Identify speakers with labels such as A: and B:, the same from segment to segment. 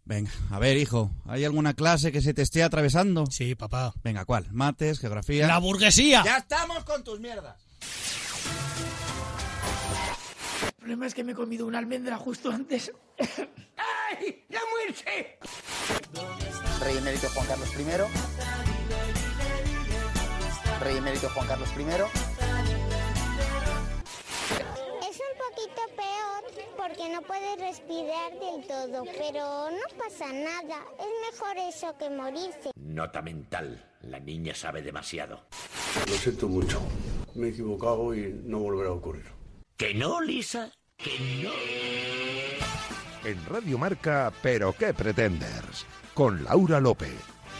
A: Venga, a ver, hijo, ¿hay alguna clase que se te esté atravesando?
B: Sí, papá.
A: Venga, ¿cuál? ¿Mates, geografía?
B: ¡La burguesía!
A: ¡Ya estamos con tus mierdas!
C: El problema es que me he comido una almendra justo antes. ¡Ay! ¡Ya muerse!
D: Rey emérito Juan Carlos I. Rey emérito Juan Carlos I.
E: Es un poquito peor porque no puedes respirar del todo, pero no pasa nada. Es mejor eso que morirse.
F: Nota mental. La niña sabe demasiado.
G: Lo siento mucho. Me he equivocado y no volverá a ocurrir.
F: ¿Que no, Lisa? ¿Que no?
H: En Radio Marca, ¿pero qué pretendes? Con Laura López.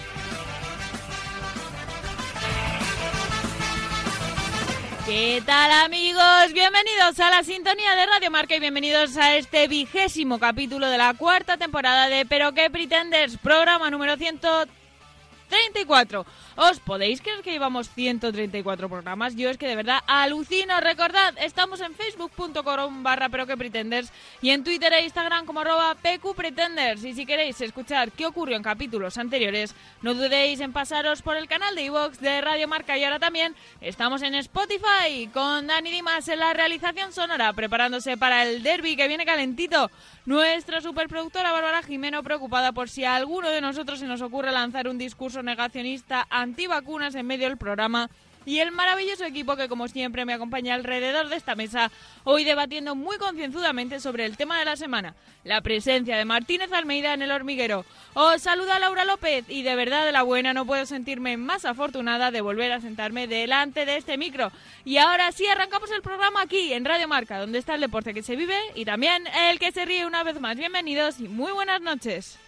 I: ¿Qué tal, amigos? Bienvenidos a la sintonía de Radio Marca y bienvenidos a este 20º capítulo de la cuarta temporada de Pero qué pretendes, programa número 134. ¿Os podéis creer que llevamos 134 programas? Yo es que de verdad alucino. Recordad, estamos en facebook.com/peroquepretenders y en Twitter e Instagram como @pqpretenders. Y si queréis escuchar qué ocurrió en capítulos anteriores, no dudéis en pasaros por el canal de iVoox de Radio Marca. Y ahora también estamos en Spotify con Dani Dimas en la realización sonora, preparándose para el derbi que viene calentito. Nuestra superproductora Bárbara Jimeno, preocupada por si a alguno de nosotros se nos ocurre lanzar un discurso negacionista antivacunas en medio del programa, y el maravilloso equipo que como siempre me acompaña alrededor de esta mesa, hoy debatiendo muy concienzudamente sobre el tema de la semana, la presencia de Martínez Almeida en El Hormiguero. Os saluda Laura López y de verdad de la buena no puedo sentirme más afortunada de volver a sentarme delante de este micro. Y ahora sí arrancamos el programa aquí en Radio Marca, donde está el deporte que se vive y también el que se ríe una vez más. Bienvenidos y muy buenas noches.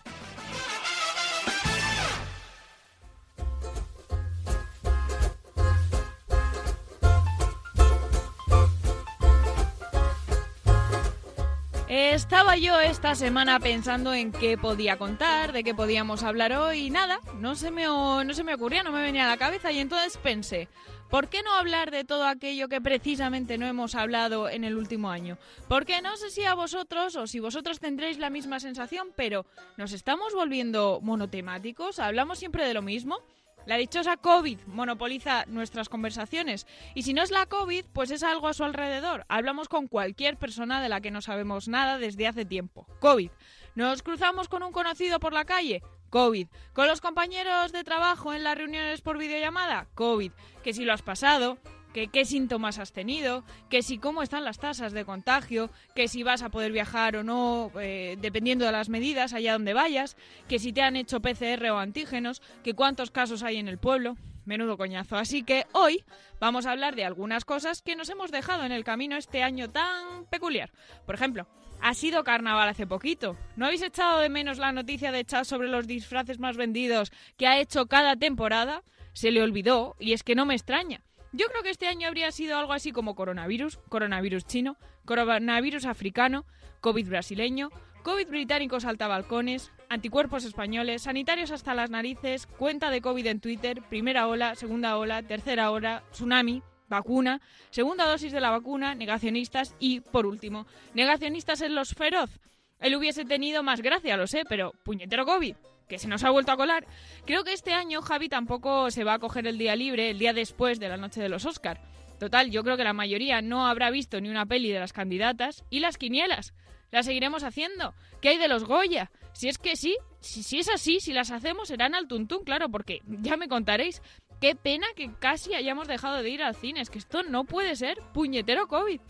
I: Estaba yo esta semana pensando en qué podía contar, de qué podíamos hablar hoy y nada, no se me ocurría, no me venía a la cabeza y entonces pensé, ¿por qué no hablar de todo aquello que precisamente no hemos hablado en el último año? Porque no sé si a vosotros o si vosotros tendréis la misma sensación, pero ¿nos estamos volviendo monotemáticos? ¿Hablamos siempre de lo mismo? La dichosa COVID monopoliza nuestras conversaciones y si no es la COVID, pues es algo a su alrededor. Hablamos con cualquier persona de la que no sabemos nada desde hace tiempo. COVID. Nos cruzamos con un conocido por la calle. COVID. Con los compañeros de trabajo en las reuniones por videollamada. COVID. Que si lo has pasado, que qué síntomas has tenido, que si cómo están las tasas de contagio, que si vas a poder viajar o no, dependiendo de las medidas allá donde vayas, que si te han hecho PCR o antígenos, que cuántos casos hay en el pueblo. Menudo coñazo. Así que hoy vamos a hablar de algunas cosas que nos hemos dejado en el camino este año tan peculiar. Por ejemplo, ha sido carnaval hace poquito. ¿No habéis echado de menos la noticia de Chat sobre los disfraces más vendidos que ha hecho cada temporada? Se le olvidó y es que no me extraña. Yo creo que este año habría sido algo así como coronavirus, coronavirus chino, coronavirus africano, COVID brasileño, COVID británico saltabalcones, anticuerpos españoles, sanitarios hasta las narices, cuenta de COVID en Twitter, primera ola, segunda ola, tercera ola, tsunami, vacuna, segunda dosis de la vacuna, negacionistas y, por último, negacionistas en los feroz. Él hubiese tenido más gracia, lo sé, pero puñetero COVID, que se nos ha vuelto a colar. Creo que este año Javi tampoco se va a coger el día libre, el día después de la noche de los Oscar. Total, yo creo que la mayoría no habrá visto ni una peli de las candidatas. ¿Y las quinielas? ¿Las seguiremos haciendo? ¿Qué hay de los Goya? Si es que sí, si es así, si las hacemos serán al tuntún, claro, porque ya me contaréis. Qué pena que casi hayamos dejado de ir al cine, es que esto no puede ser, puñetero COVID.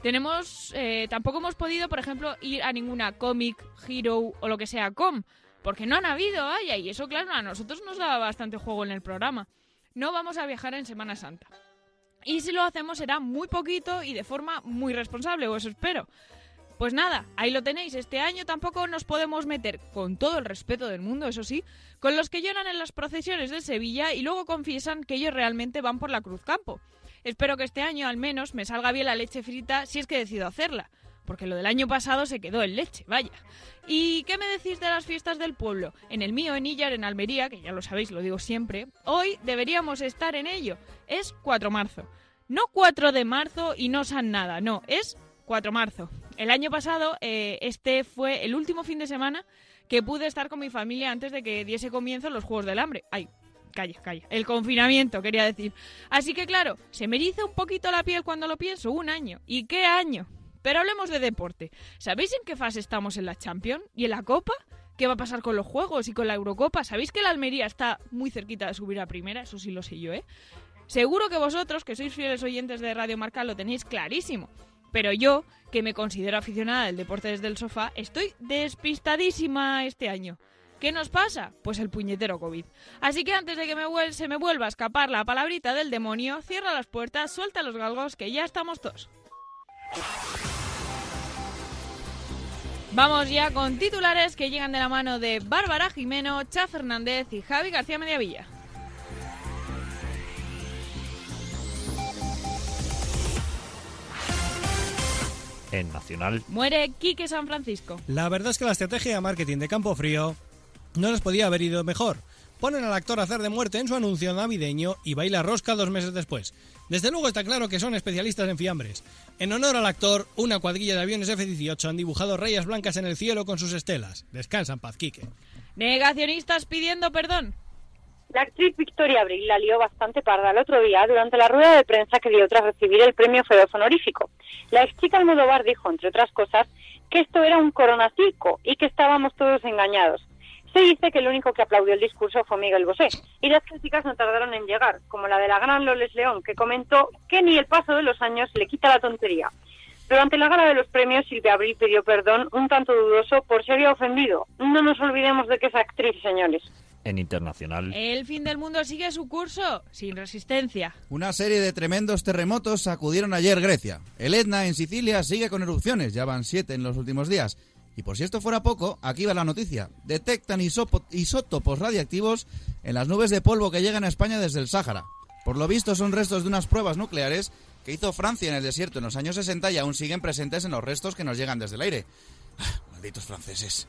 I: Tampoco hemos podido, por ejemplo, ir a ninguna Comic, Hero o lo que sea porque no han habido, vaya, y eso, claro, a nosotros nos daba bastante juego en el programa. No vamos a viajar en Semana Santa. Y si lo hacemos será muy poquito y de forma muy responsable, o eso espero. Pues nada, ahí lo tenéis. Este año tampoco nos podemos meter, con todo el respeto del mundo, eso sí, con los que lloran en las procesiones de Sevilla y luego confiesan que ellos realmente van por la Cruzcampo. Espero que este año al menos me salga bien la leche frita si es que decido hacerla. Porque lo del año pasado se quedó en leche, vaya. ¿Y qué me decís de las fiestas del pueblo? En el mío, en Illar, en Almería, que ya lo sabéis, lo digo siempre, hoy deberíamos estar en ello. Es 4 marzo. No 4 de marzo y no San nada, no, es 4 marzo. El año pasado, este fue el último fin de semana que pude estar con mi familia antes de que diese comienzo los Juegos del Hambre. Ay, calla. El confinamiento, quería decir. Así que claro, se me eriza un poquito la piel cuando lo pienso. 1 año. ¿Y qué año? Pero hablemos de deporte. ¿Sabéis en qué fase estamos en la Champions? ¿Y en la Copa? ¿Qué va a pasar con los Juegos y con la Eurocopa? ¿Sabéis que la Almería está muy cerquita de subir a primera? Eso sí lo sé yo, ¿eh? Seguro que vosotros, que sois fieles oyentes de Radio Marca, lo tenéis clarísimo. Pero yo, que me considero aficionada del deporte desde el sofá, estoy despistadísima este año. ¿Qué nos pasa? Pues el puñetero COVID. Así que antes de que se me vuelva a escapar la palabrita del demonio, cierra las puertas, suelta los galgos, que ya estamos todos. Vamos ya con titulares que llegan de la mano de Bárbara Jimeno, Cha Fernández y Javi García Mediavilla.
B: En Nacional.
I: Muere Quique San Francisco.
J: La verdad es que la estrategia de marketing de Campofrío no les podía haber ido mejor. Ponen al actor a hacer de muerte en su anuncio navideño y baila rosca 2 meses después. Desde luego está claro que son especialistas en fiambres. En honor al actor, una cuadrilla de aviones F-18 han dibujado rayas blancas en el cielo con sus estelas. Descansa en paz, Quique.
I: Negacionistas pidiendo perdón.
K: La actriz Victoria Abril la lió bastante parda el otro día durante la rueda de prensa que dio tras recibir el premio Fedef honorífico. La exchica Almodóvar dijo, entre otras cosas, que esto era un coronacirco y que estábamos todos engañados. Se dice que el único que aplaudió el discurso fue Miguel Bosé, y las críticas no tardaron en llegar, como la de la gran Loles León, que comentó que ni el paso de los años le quita la tontería. Durante la gala de los premios, Silvia Abril pidió perdón un tanto dudoso por si había ofendido. No nos olvidemos de que es actriz, señores.
B: En Internacional.
I: El fin del mundo sigue su curso, sin resistencia.
A: Una serie de tremendos terremotos sacudieron ayer Grecia. El Etna en Sicilia sigue con erupciones, ya van 7 en los últimos días. Y por si esto fuera poco, aquí va la noticia. Detectan isótopos radiactivos en las nubes de polvo que llegan a España desde el Sáhara. Por lo visto son restos de unas pruebas nucleares que hizo Francia en el desierto en los años 60 y aún siguen presentes en los restos que nos llegan desde el aire. Malditos franceses.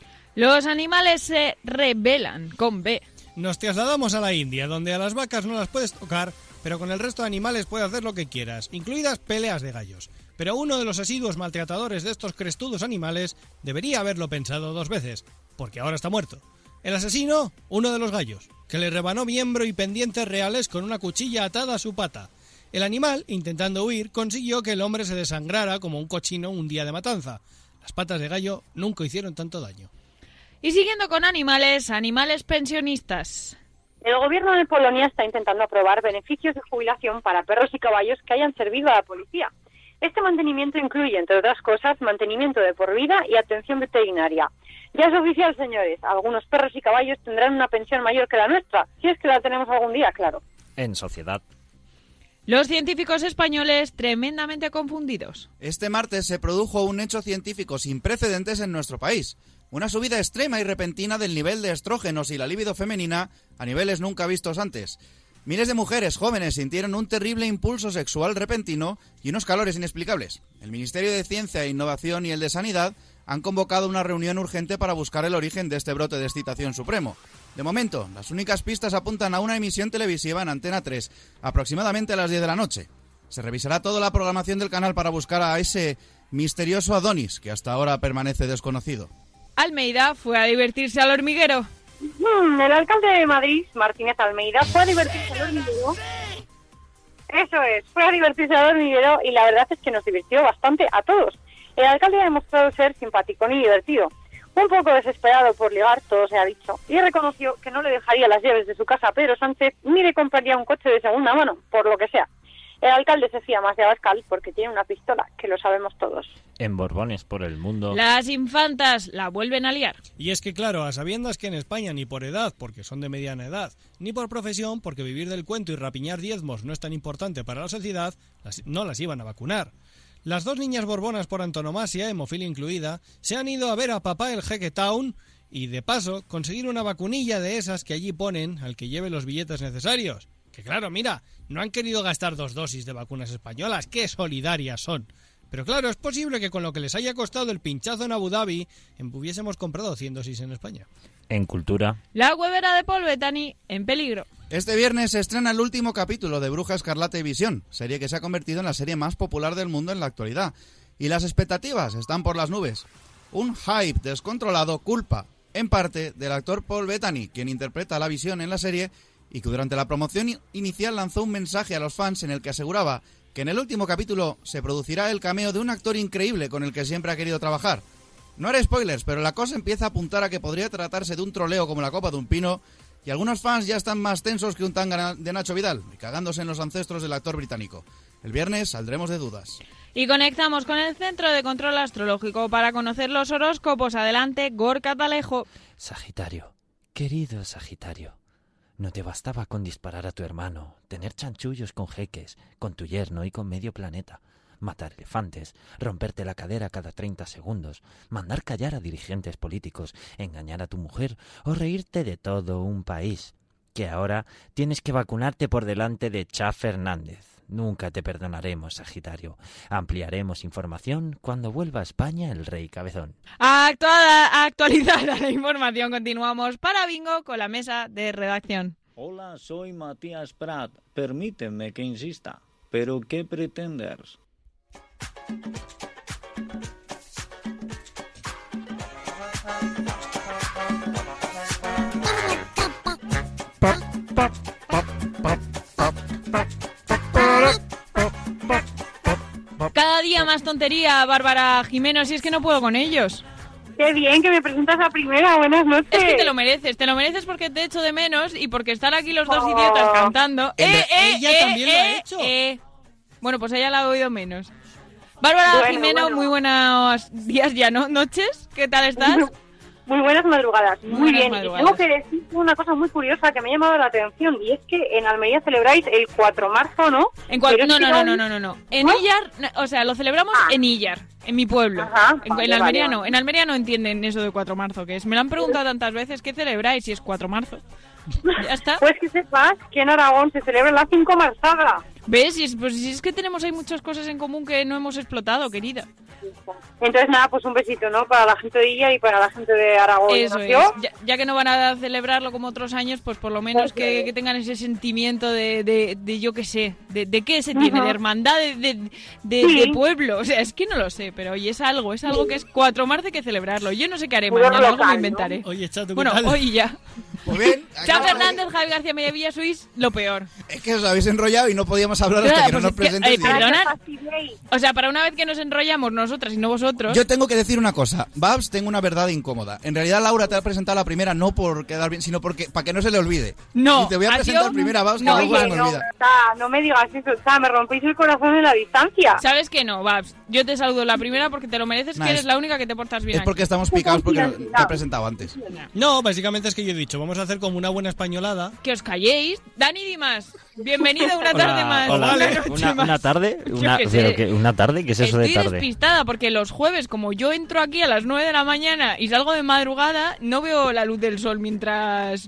I: Los animales se rebelan, con B.
J: Nos trasladamos a la India, donde a las vacas no las puedes tocar, pero con el resto de animales puedes hacer lo que quieras, incluidas peleas de gallos. Pero uno de los asiduos maltratadores de estos crestudos animales debería haberlo pensado 2 veces, porque ahora está muerto. El asesino, uno de los gallos, que le rebanó miembro y pendientes reales con una cuchilla atada a su pata. El animal, intentando huir, consiguió que el hombre se desangrara como un cochino un día de matanza. Las patas de gallo nunca hicieron tanto daño.
I: Y siguiendo con animales pensionistas.
K: El gobierno de Polonia está intentando aprobar beneficios de jubilación para perros y caballos que hayan servido a la policía. Este mantenimiento incluye, entre otras cosas, mantenimiento de por vida y atención veterinaria. Ya es oficial, señores, algunos perros y caballos tendrán una pensión mayor que la nuestra, si es que la tenemos algún día, claro.
B: En Sociedad.
I: Los científicos españoles tremendamente confundidos.
A: Este martes se produjo un hecho científico sin precedentes en nuestro país. Una subida extrema y repentina del nivel de estrógenos y la libido femenina a niveles nunca vistos antes. Miles de mujeres jóvenes sintieron un terrible impulso sexual repentino y unos calores inexplicables. El Ministerio de Ciencia e Innovación y el de Sanidad han convocado una reunión urgente para buscar el origen de este brote de excitación supremo. De momento, las únicas pistas apuntan a una emisión televisiva en Antena 3, aproximadamente a las 10 de la noche. Se revisará toda la programación del canal para buscar a ese misterioso Adonis, que hasta ahora permanece desconocido.
I: Almeida fue a divertirse al hormiguero.
K: El alcalde de Madrid, Martínez Almeida, fue a divertirse al hormiguero. Eso es, fue a divertirse al hormiguero y la verdad es que nos divirtió bastante a todos. El alcalde ha demostrado ser simpaticón y divertido. Un poco desesperado por ligar, todo se ha dicho, y reconoció que no le dejaría las llaves de su casa a Pedro Sánchez ni le compraría un coche de segunda mano, por lo que sea. El alcalde se fía más de Abascal porque tiene una pistola, que lo sabemos todos.
B: En Borbones por el mundo.
I: Las infantas la vuelven a liar.
J: Y es que claro, a sabiendas que en España ni por edad, porque son de mediana edad, ni por profesión, porque vivir del cuento y rapiñar diezmos no es tan importante para la sociedad, no las iban a vacunar. Las 2 niñas borbonas por antonomasia, hemofilia incluida, se han ido a ver a papá el Jeque Town y de paso conseguir una vacunilla de esas que allí ponen al que lleve los billetes necesarios. Que claro, mira, no han querido gastar 2 dosis de vacunas españolas, ¡qué solidarias son! Pero claro, es posible que con lo que les haya costado el pinchazo en Abu Dhabi, hubiésemos comprado 100 dosis en España.
B: En Cultura.
I: La huevera de Paul Bettany en peligro.
A: Este viernes se estrena el último capítulo de Bruja Escarlata y Visión, serie que se ha convertido en la serie más popular del mundo en la actualidad. Y las expectativas están por las nubes. Un hype descontrolado culpa en parte del actor Paul Bettany, quien interpreta a la Visión en la serie y que durante la promoción inicial lanzó un mensaje a los fans en el que aseguraba que en el último capítulo se producirá el cameo de un actor increíble con el que siempre ha querido trabajar. No haré spoilers, pero la cosa empieza a apuntar a que podría tratarse de un troleo como la copa de un pino, y algunos fans ya están más tensos que un tanga de Nacho Vidal, y cagándose en los ancestros del actor británico. El viernes saldremos de dudas.
I: Y conectamos con el Centro de Control Astrológico para conocer los horóscopos. Adelante, Gorka Talejo.
B: Sagitario, querido Sagitario, no te bastaba con disparar a tu hermano, tener chanchullos con jeques, con tu yerno y con medio planeta, matar elefantes, romperte la cadera cada 30 segundos, mandar callar a dirigentes políticos, engañar a tu mujer o reírte de todo un país. Que ahora tienes que vacunarte por delante de Cha Fernández. Nunca te perdonaremos, Sagitario. Ampliaremos información cuando vuelva a España el rey cabezón.
I: Actualizada la información, continuamos para Bingo con la mesa de redacción.
L: Hola, soy Matías Prat. Permíteme que insista. ¿Pero qué pretendes?
I: Cada día más tontería, Bárbara Jimeno, si es que no puedo con ellos.
K: Qué bien que me presentas a primera, buenas noches.
I: Es que te lo mereces porque te echo de menos y porque están aquí los dos idiotas cantando.
J: Ella también lo ha hecho.
I: Bueno, pues ella la ha oído menos. Bárbara Jimeno, muy buenos días ya, ¿no? ¿Noches? ¿Qué tal estás?
K: Muy buenas madrugadas, muy bien.
I: Madrugadas.
K: Y tengo que decir una cosa muy curiosa que me ha llamado la atención, y es que en Almería celebráis el 4 de marzo, ¿no?
I: No. En Illar, o sea, lo celebramos en Illar, en mi pueblo.
K: Ajá,
I: en Almería no. En Almería no entienden eso de 4 de marzo, que es. Me lo han preguntado tantas veces, ¿qué celebráis si es 4 de marzo? Ya está.
K: Pues que sepas que en Aragón se celebra la 5 Marzaga.
I: ¿Ves? Si es que tenemos ahí muchas cosas en común que no hemos explotado, querida.
K: Entonces nada, pues un besito, ¿no? Para la gente de Illa y para la gente de Aragón.
I: Eso es. Ya que no van a celebrarlo como otros años, pues por lo menos que tengan ese sentimiento de yo qué sé, de qué se tiene, de hermandad, de pueblo. O sea, es que no lo sé, pero oye, es algo que es 4 de marzo, hay que celebrarlo. Yo no sé qué haré mañana, algo me inventaré.
J: Oye, Chato,
I: bueno, hoy ya.
A: Muy bien.
I: Chao Fernández, Javi García Mediavilla, sois lo peor.
A: Es que os habéis enrollado y no podíamos hablar hasta que no nos presentes.
I: Perdona. O sea, para una vez que nos enrollamos nosotras y no vosotros.
A: Yo tengo que decir una cosa. Babs, tengo una verdad incómoda. En realidad Laura te ha presentado la primera no por quedar bien, sino porque para que no se le olvide.
I: No.
A: Y te voy a presentar primera, Babs, que
K: no,
A: luego se me olvida.
K: No me digas eso, me rompéis el corazón en la distancia.
I: ¿Sabes que no, Babs? Yo te saludo la primera porque te lo mereces, que eres la única que te portas bien.
A: Es porque estamos picados porque te he presentado antes.
J: No, básicamente es que yo he dicho, vamos a hacer como una buena españolada.
I: Que os calléis. Dani Dimas, bienvenido una tarde más.
B: Hola. ¿Una tarde? ¿Una tarde? ¿Qué es eso de tarde?
I: Estoy despistada porque los jueves, como yo entro aquí a las 9 de la mañana y salgo de madrugada, no veo la luz del sol mientras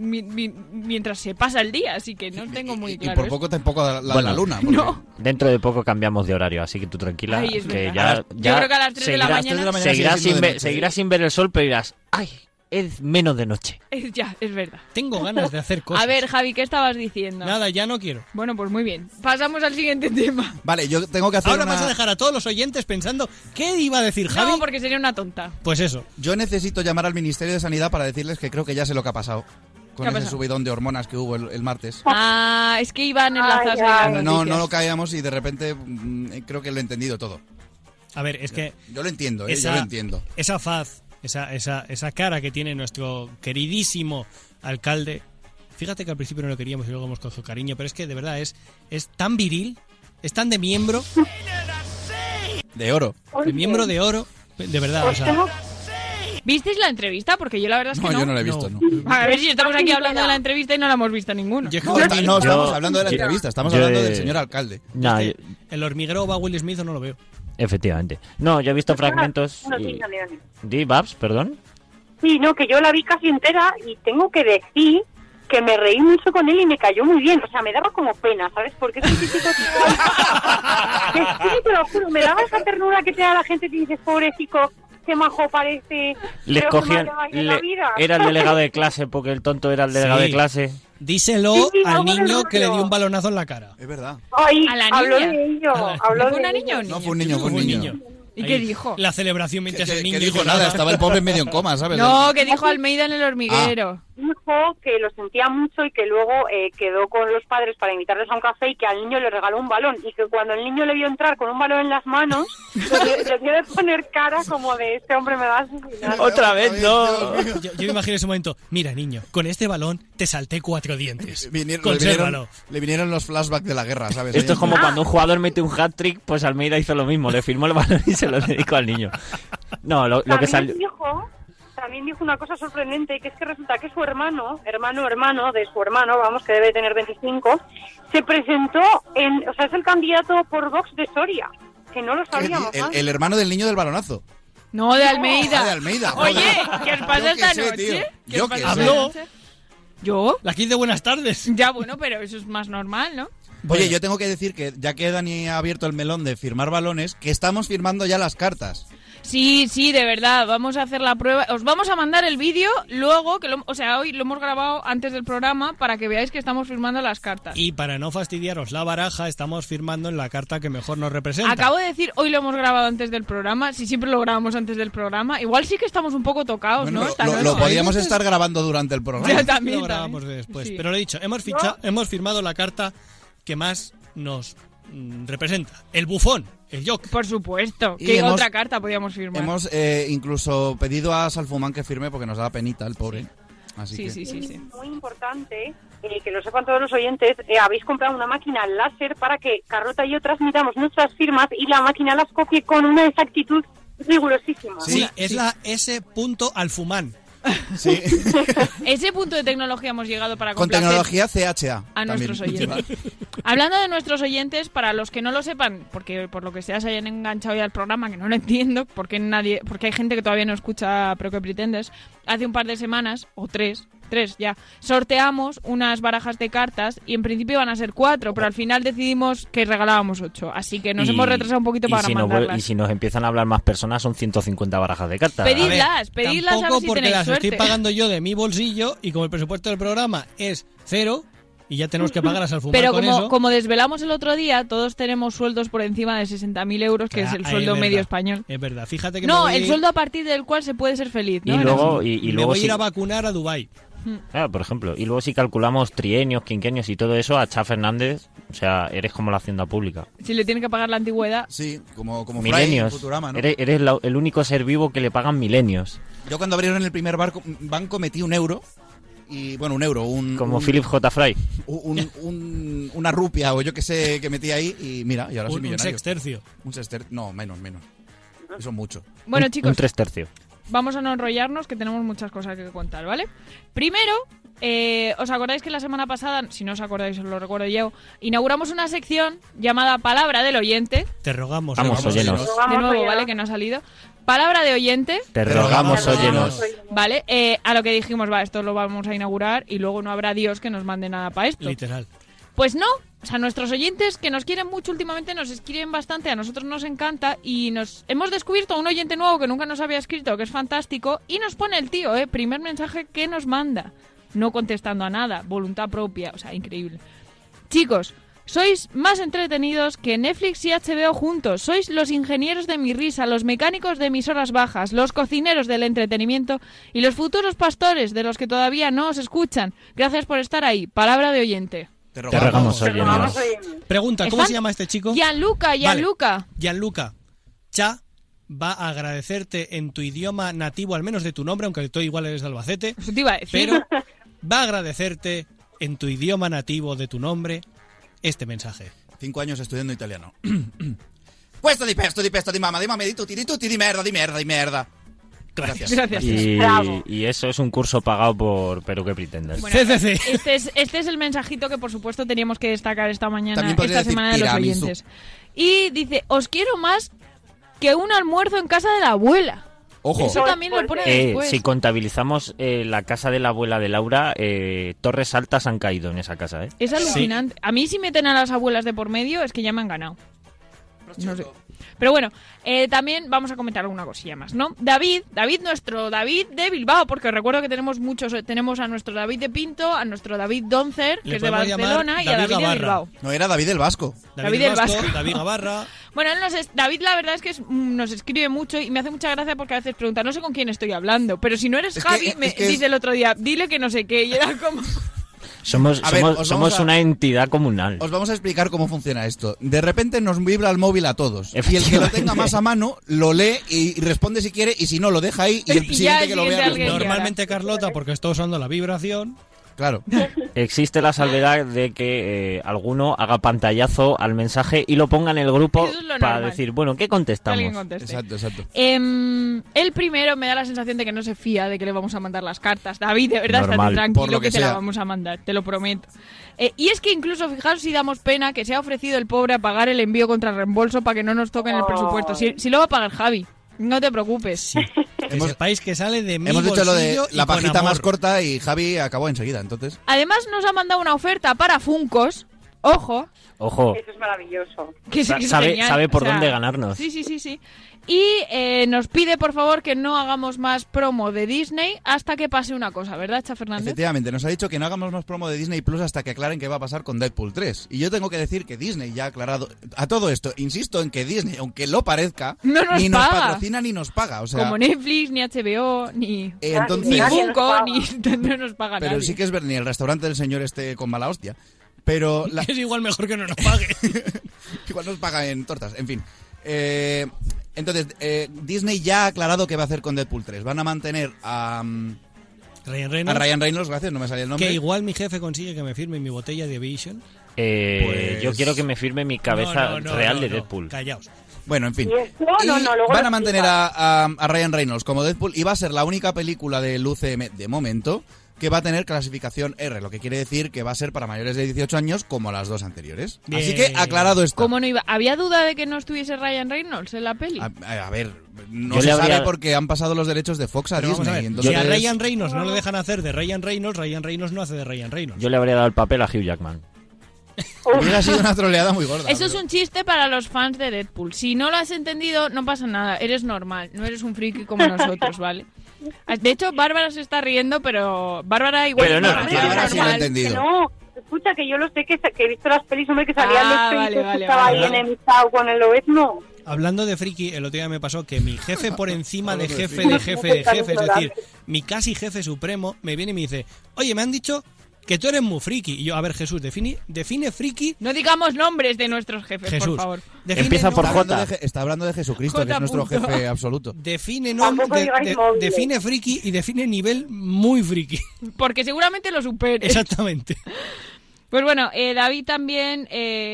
I: se pasa el día, así que no tengo muy claro.
A: Y por poco tampoco la luna. Porque...
I: No.
B: Dentro de poco cambiamos de horario, así que tú tranquila.
I: Ay, es
B: que
I: verdad. Yo creo que a las 3 de la mañana
B: seguirás sin ver el sol, pero dirás, ¡ay! Es menos de noche.
I: Ya, es verdad.
J: Tengo ganas de hacer cosas.
I: A ver, Javi, ¿qué estabas diciendo?
J: Nada, ya no quiero.
I: Bueno, pues muy bien. Pasamos al siguiente tema.
A: Vale, yo tengo que hacer
J: Ahora vas a dejar a todos los oyentes pensando ¿qué iba a decir Javi?
I: No, porque sería una tonta.
J: Pues eso.
A: Yo necesito llamar al Ministerio de Sanidad para decirles que creo que ya sé lo que ha pasado. Con ese subidón de hormonas que hubo el martes.
I: Ah, es que iban enlazadas.
A: No lo caíamos y de repente creo que lo he entendido todo.
J: A ver, es que...
A: Yo lo entiendo, yo lo entiendo.
J: Esa faz... Esa cara que tiene nuestro queridísimo alcalde. Fíjate que al principio no lo queríamos y luego hemos cogido cariño, pero es que de verdad es tan viril, es tan de miembro.
A: De oro.
J: De miembro de oro, de verdad. O sea.
I: ¿Visteis la entrevista? Porque yo la verdad es que no.
A: Yo no la he visto, no.
I: A ver si estamos aquí hablando de la entrevista y no la hemos visto ninguno.
A: No, estamos hablando de la entrevista, estamos hablando del señor alcalde.
B: No,
J: el hormiguero va a Will Smith o no lo veo.
B: Efectivamente. No, yo he visto fragmentos. ¿Di, Babs, perdón?
K: Sí, no, que yo la vi casi entera y tengo que decir que me reí mucho con él y me cayó muy bien. O sea, me daba como pena, ¿sabes? Porque es un típico tío... te lo juro, me daba esa ternura que te da la gente y dices, pobrecito, qué majo parece.
B: Les cogían... Era el delegado de clase, porque el tonto era el delegado de clase.
J: Díselo al niño que le dio un balonazo en la cara.
A: Es verdad.
K: Ay,
I: a la niña.
K: Habló de ello.
I: ¿Fue una niña o un niño?
A: No, fue un niño.
I: ¿Y
J: Ahí,
I: qué dijo?
J: La celebración mientras el niño...
A: Que dijo nada, estaba el pobre medio en coma, ¿sabes?
I: No, que dijo Almeida en el hormiguero.
K: Dijo que lo sentía mucho y que luego quedó con los padres para invitarles a un café y que al niño le regaló un balón y que cuando el niño le vio entrar con un balón en las manos le dio de poner cara como de este hombre me va a asesinar.
B: Otra vez no.
J: Yo me imagino ese momento. Mira, niño, con este balón te salté 4 dientes.
A: Le
J: Consérvalo.
A: vinieron los flashbacks de la guerra, ¿sabes?
B: Esto es como cuando un jugador mete un hat-trick, pues Almeida hizo lo mismo. Le firmó el balón y se lo dedicó al niño. No, lo que salió...
K: También dijo una cosa sorprendente, que es que resulta que su hermano de su hermano, vamos, que debe tener 25, se presentó o sea, es el candidato por Vox de Soria, que no lo sabíamos.
A: El hermano del niño del balonazo.
I: No, de Almeida.
A: Ah, de Almeida.
I: Oye, ¿qué os pasa esta noche?
A: Yo que sé.
J: ¿Habló?
I: ¿Yo?
J: La Kiss de buenas tardes.
I: Ya, bueno, pero eso es más normal, ¿no?
A: Oye, yo tengo que decir que ya que Dani ha abierto el melón de firmar balones, que estamos firmando ya las cartas.
I: Sí, de verdad, vamos a hacer la prueba. Os vamos a mandar el vídeo luego, hoy lo hemos grabado antes del programa para que veáis que estamos firmando las cartas.
J: Y para no fastidiaros la baraja, estamos firmando en la carta que mejor nos representa.
I: Acabo de decir, hoy lo hemos grabado antes del programa, si siempre lo grabamos antes del programa. Igual sí que estamos un poco tocados,
A: bueno,
I: ¿no?
A: Lo podíamos estar grabando durante el programa.
I: Ya, también,
J: lo grabamos después.
I: Sí.
J: Pero lo he dicho, hemos firmado la carta que más nos representa. El bufón, el Joker.
I: Por supuesto.
A: Y
I: ¿Qué
A: hemos-
I: otra carta podíamos firmar?
A: Hemos incluso pedido a Salfumán que firme porque nos da penita el pobre. Así que...
I: Sí.
K: Muy importante, que lo sepan todos los oyentes, habéis comprado una máquina láser para que Carlota y yo transmitamos nuestras firmas y la máquina las copie con una exactitud rigurosísima.
J: Sí, es la S. Alfumán.
A: Sí.
I: Ese punto de tecnología hemos llegado para
A: Con
I: complacer
A: tecnología CHA.
I: a nuestros
A: también.
I: oyentes. Hablando de nuestros oyentes, para los que no lo sepan, porque por lo que sea se hayan enganchado ya al programa, que no lo entiendo, porque hay gente que todavía no escucha Pero que pretendes, hace un par de semanas, o tres ya, sorteamos unas barajas de cartas y en principio iban a ser 4, pero al final decidimos que regalábamos 8, así que nos hemos retrasado un poquito para mandarlas.
B: Y si nos empiezan a hablar más personas, son 150 barajas de cartas.
I: Pedidlas a
J: Tampoco
I: ver si
J: porque
I: tenéis
J: las
I: suerte.
J: estoy pagando yo de mi bolsillo y como el presupuesto del programa es 0 y ya tenemos que pagar a Salfumán
I: Pero
J: con eso.
I: como desvelamos el otro día, todos tenemos sueldos por encima de 60.000 euros, que es el sueldo
J: verdad,
I: medio español.
J: Es verdad, fíjate que
I: No,
J: me voy
I: el sueldo a partir del cual se puede ser feliz, ¿no?
B: Y luego,
J: me
B: luego
J: voy a
B: sí-
J: ir a vacunar a Dubái.
B: Claro, por ejemplo. Y luego si calculamos trienios, quinquenios y todo eso, a Cha Fernández, o sea, eres como la hacienda pública.
I: Si le tiene que pagar la antigüedad.
A: Sí, como Fry en
B: Milenios.
A: Futurama, ¿no?
B: Eres el único ser vivo que le pagan milenios.
A: Yo cuando abrieron el primer banco metí €1 y bueno,
B: Como Philip J. Fry.
A: una rupia o yo que sé que metí ahí y mira, y ahora soy
J: Un
A: millonario.
J: sextercio.
A: No, menos. Eso es mucho.
I: Bueno, chicos,
B: Un 3/3.
I: vamos a no enrollarnos, que tenemos muchas cosas que contar, ¿vale? Primero, ¿os acordáis que la semana pasada, si no os acordáis, os lo recuerdo yo, inauguramos una sección llamada Palabra del Oyente?
J: Te rogamos.
B: Vamos, óyenos.
I: De nuevo, ¿vale? Que no ha salido. Palabra de Oyente.
B: Te rogamos, óyenos.
I: Vale, a lo que dijimos, esto lo vamos a inaugurar y luego no habrá Dios que nos mande nada para esto.
J: Literal.
I: Pues no, o sea, nuestros oyentes que nos quieren mucho últimamente nos escriben bastante, a nosotros nos encanta y hemos descubierto un oyente nuevo que nunca nos había escrito, que es fantástico, y nos pone el tío, primer mensaje que nos manda, no contestando a nada, voluntad propia, o sea, increíble. Chicos, sois más entretenidos que Netflix y HBO juntos, sois los ingenieros de mi risa, los mecánicos de mis horas bajas, los cocineros del entretenimiento y los futuros pastores de los que todavía no os escuchan. Gracias por estar ahí. Palabra de oyente.
A: Te
B: rogamos, óyenos.
J: Pregunta, ¿cómo se llama este chico?
I: Gianluca.
J: Gianluca. Cha va a agradecerte en tu idioma nativo, al menos de tu nombre, aunque tú igual eres de Albacete.
I: Eso te iba a decir.
J: Pero va a agradecerte en tu idioma nativo de tu nombre este mensaje.
A: 5 años estudiando italiano. Questo di pesto, di mamma, di tutti, di merda. Gracias.
B: Y eso es un curso pagado por Pero que pretendes.
I: Bueno, este es el mensajito que por supuesto teníamos que destacar esta mañana,
A: También podría
I: esta
A: decir
I: semana de los
A: tiramisú.
I: oyentes. Y dice, os quiero más que un almuerzo en casa de la abuela.
A: Ojo.
I: Eso también lo pone después.
B: Si contabilizamos la casa de la abuela de Laura, torres altas han caído en esa casa, ¿eh?
I: Es alucinante. A mí si meten a las abuelas de por medio es que ya me han ganado. No sé. Pero bueno, también vamos a comentar alguna cosilla más, ¿no? Nuestro David de Bilbao, porque recuerdo que tenemos a nuestro David de Pinto, a nuestro David Doncer, que es de Barcelona, y a David de Bilbao.
A: No, era David el Vasco.
J: David el Vasco, David Gavarra.
I: Bueno, David la verdad es que nos escribe mucho y me hace mucha gracia porque a veces pregunta, no sé con quién estoy hablando, pero si no eres Javi, dice el otro día, dile que no sé qué, y era como...
B: Somos una entidad comunal.
A: Os vamos a explicar cómo funciona esto. De repente nos vibra el móvil a todos. Y el que lo tenga más a mano lo lee y responde si quiere, y si no, lo deja ahí y el siguiente que lo vea...
J: Normalmente Carlota, porque está usando la vibración...
A: Claro.
B: Existe la salvedad de que alguno haga pantallazo al mensaje y lo ponga en el grupo para decir, bueno, ¿qué contestamos?
A: Exacto.
I: El primero me da la sensación de que no se fía de que le vamos a mandar las cartas. David, de verdad, estate tranquilo que te la vamos a mandar, te lo prometo. Y es que incluso, fijaros si damos pena, que se ha ofrecido el pobre a pagar el envío contra reembolso para que no nos toquen el presupuesto. Si lo va a pagar Javi. No te preocupes.
J: Sí. Que sepáis que sale de mi
A: Hemos dicho lo de la pajita
J: más
A: corta y Javi acabó enseguida, entonces.
I: Además nos ha mandado una oferta para Funkos. Ojo.
K: Eso es maravilloso.
B: Sabe por dónde ganarnos.
I: Sí. Y nos pide, por favor, que no hagamos más promo de Disney hasta que pase una cosa, ¿verdad, Cha Fernández?
A: Efectivamente, nos ha dicho que no hagamos más promo de Disney Plus hasta que aclaren qué va a pasar con Deadpool 3. Y yo tengo que decir que Disney ya ha aclarado... A todo esto, insisto en que Disney, aunque lo parezca, ni nos patrocina ni nos paga. O sea,
I: como Netflix, ni HBO, ni
K: Funko,
I: no nos paga
A: pero
I: nadie.
A: Sí que es ver ni el restaurante del señor con mala hostia. Pero
J: es igual mejor que no nos pague.
A: Igual nos paga en tortas, en fin. Entonces, Disney ya ha aclarado qué va a hacer con Deadpool 3. Van a mantener a Ryan Reynolds, gracias, no me salía el nombre.
J: Que igual mi jefe consigue que me firme mi botella de Vision.
B: Yo quiero que me firme mi cabeza real de Deadpool.
J: Callaos.
A: Bueno, en fin. Van a mantener a Ryan Reynolds como Deadpool y va a ser la única película del UCM de momento que va a tener clasificación R, lo que quiere decir que va a ser para mayores de 18 años como las dos anteriores.
J: Bien.
A: Así que aclarado esto.
I: ¿Cómo no iba? ¿Había duda de que no estuviese Ryan Reynolds en la peli?
A: A ver, no se sabe porque han pasado los derechos de Fox a Disney. Entonces...
J: Si a Ryan Reynolds no le dejan hacer de Ryan Reynolds no hace de Ryan Reynolds.
B: Yo le habría dado el papel a Hugh Jackman.
A: Hubiera sido una troleada muy gorda.
I: Eso es un chiste para los fans de Deadpool. Si no lo has entendido, no pasa nada. Eres normal, no eres un friki como nosotros, ¿vale? De hecho, Bárbara se está riendo, pero Bárbara igual...
B: Pero no,
A: Bárbara sí lo ha entendido.
K: No, escucha, que yo lo sé, que he visto las pelis, hombre, que salía
I: estaba
K: ahí enemistado con el Oezno.
J: Hablando de friki, el otro día me pasó que mi jefe por encima de jefe, es decir, mi casi jefe supremo, me viene y me dice, oye, me han dicho que tú eres muy friki. Y yo, a ver, Jesús, define friki...
I: No digamos nombres de nuestros jefes,
J: Jesús,
I: por favor.
B: Empieza por J.
A: Está hablando de Jesucristo, que es nuestro jefe absoluto.
J: Define friki y define nivel muy friki.
I: Porque seguramente lo supere.
J: Exactamente.
I: Pues bueno, David también...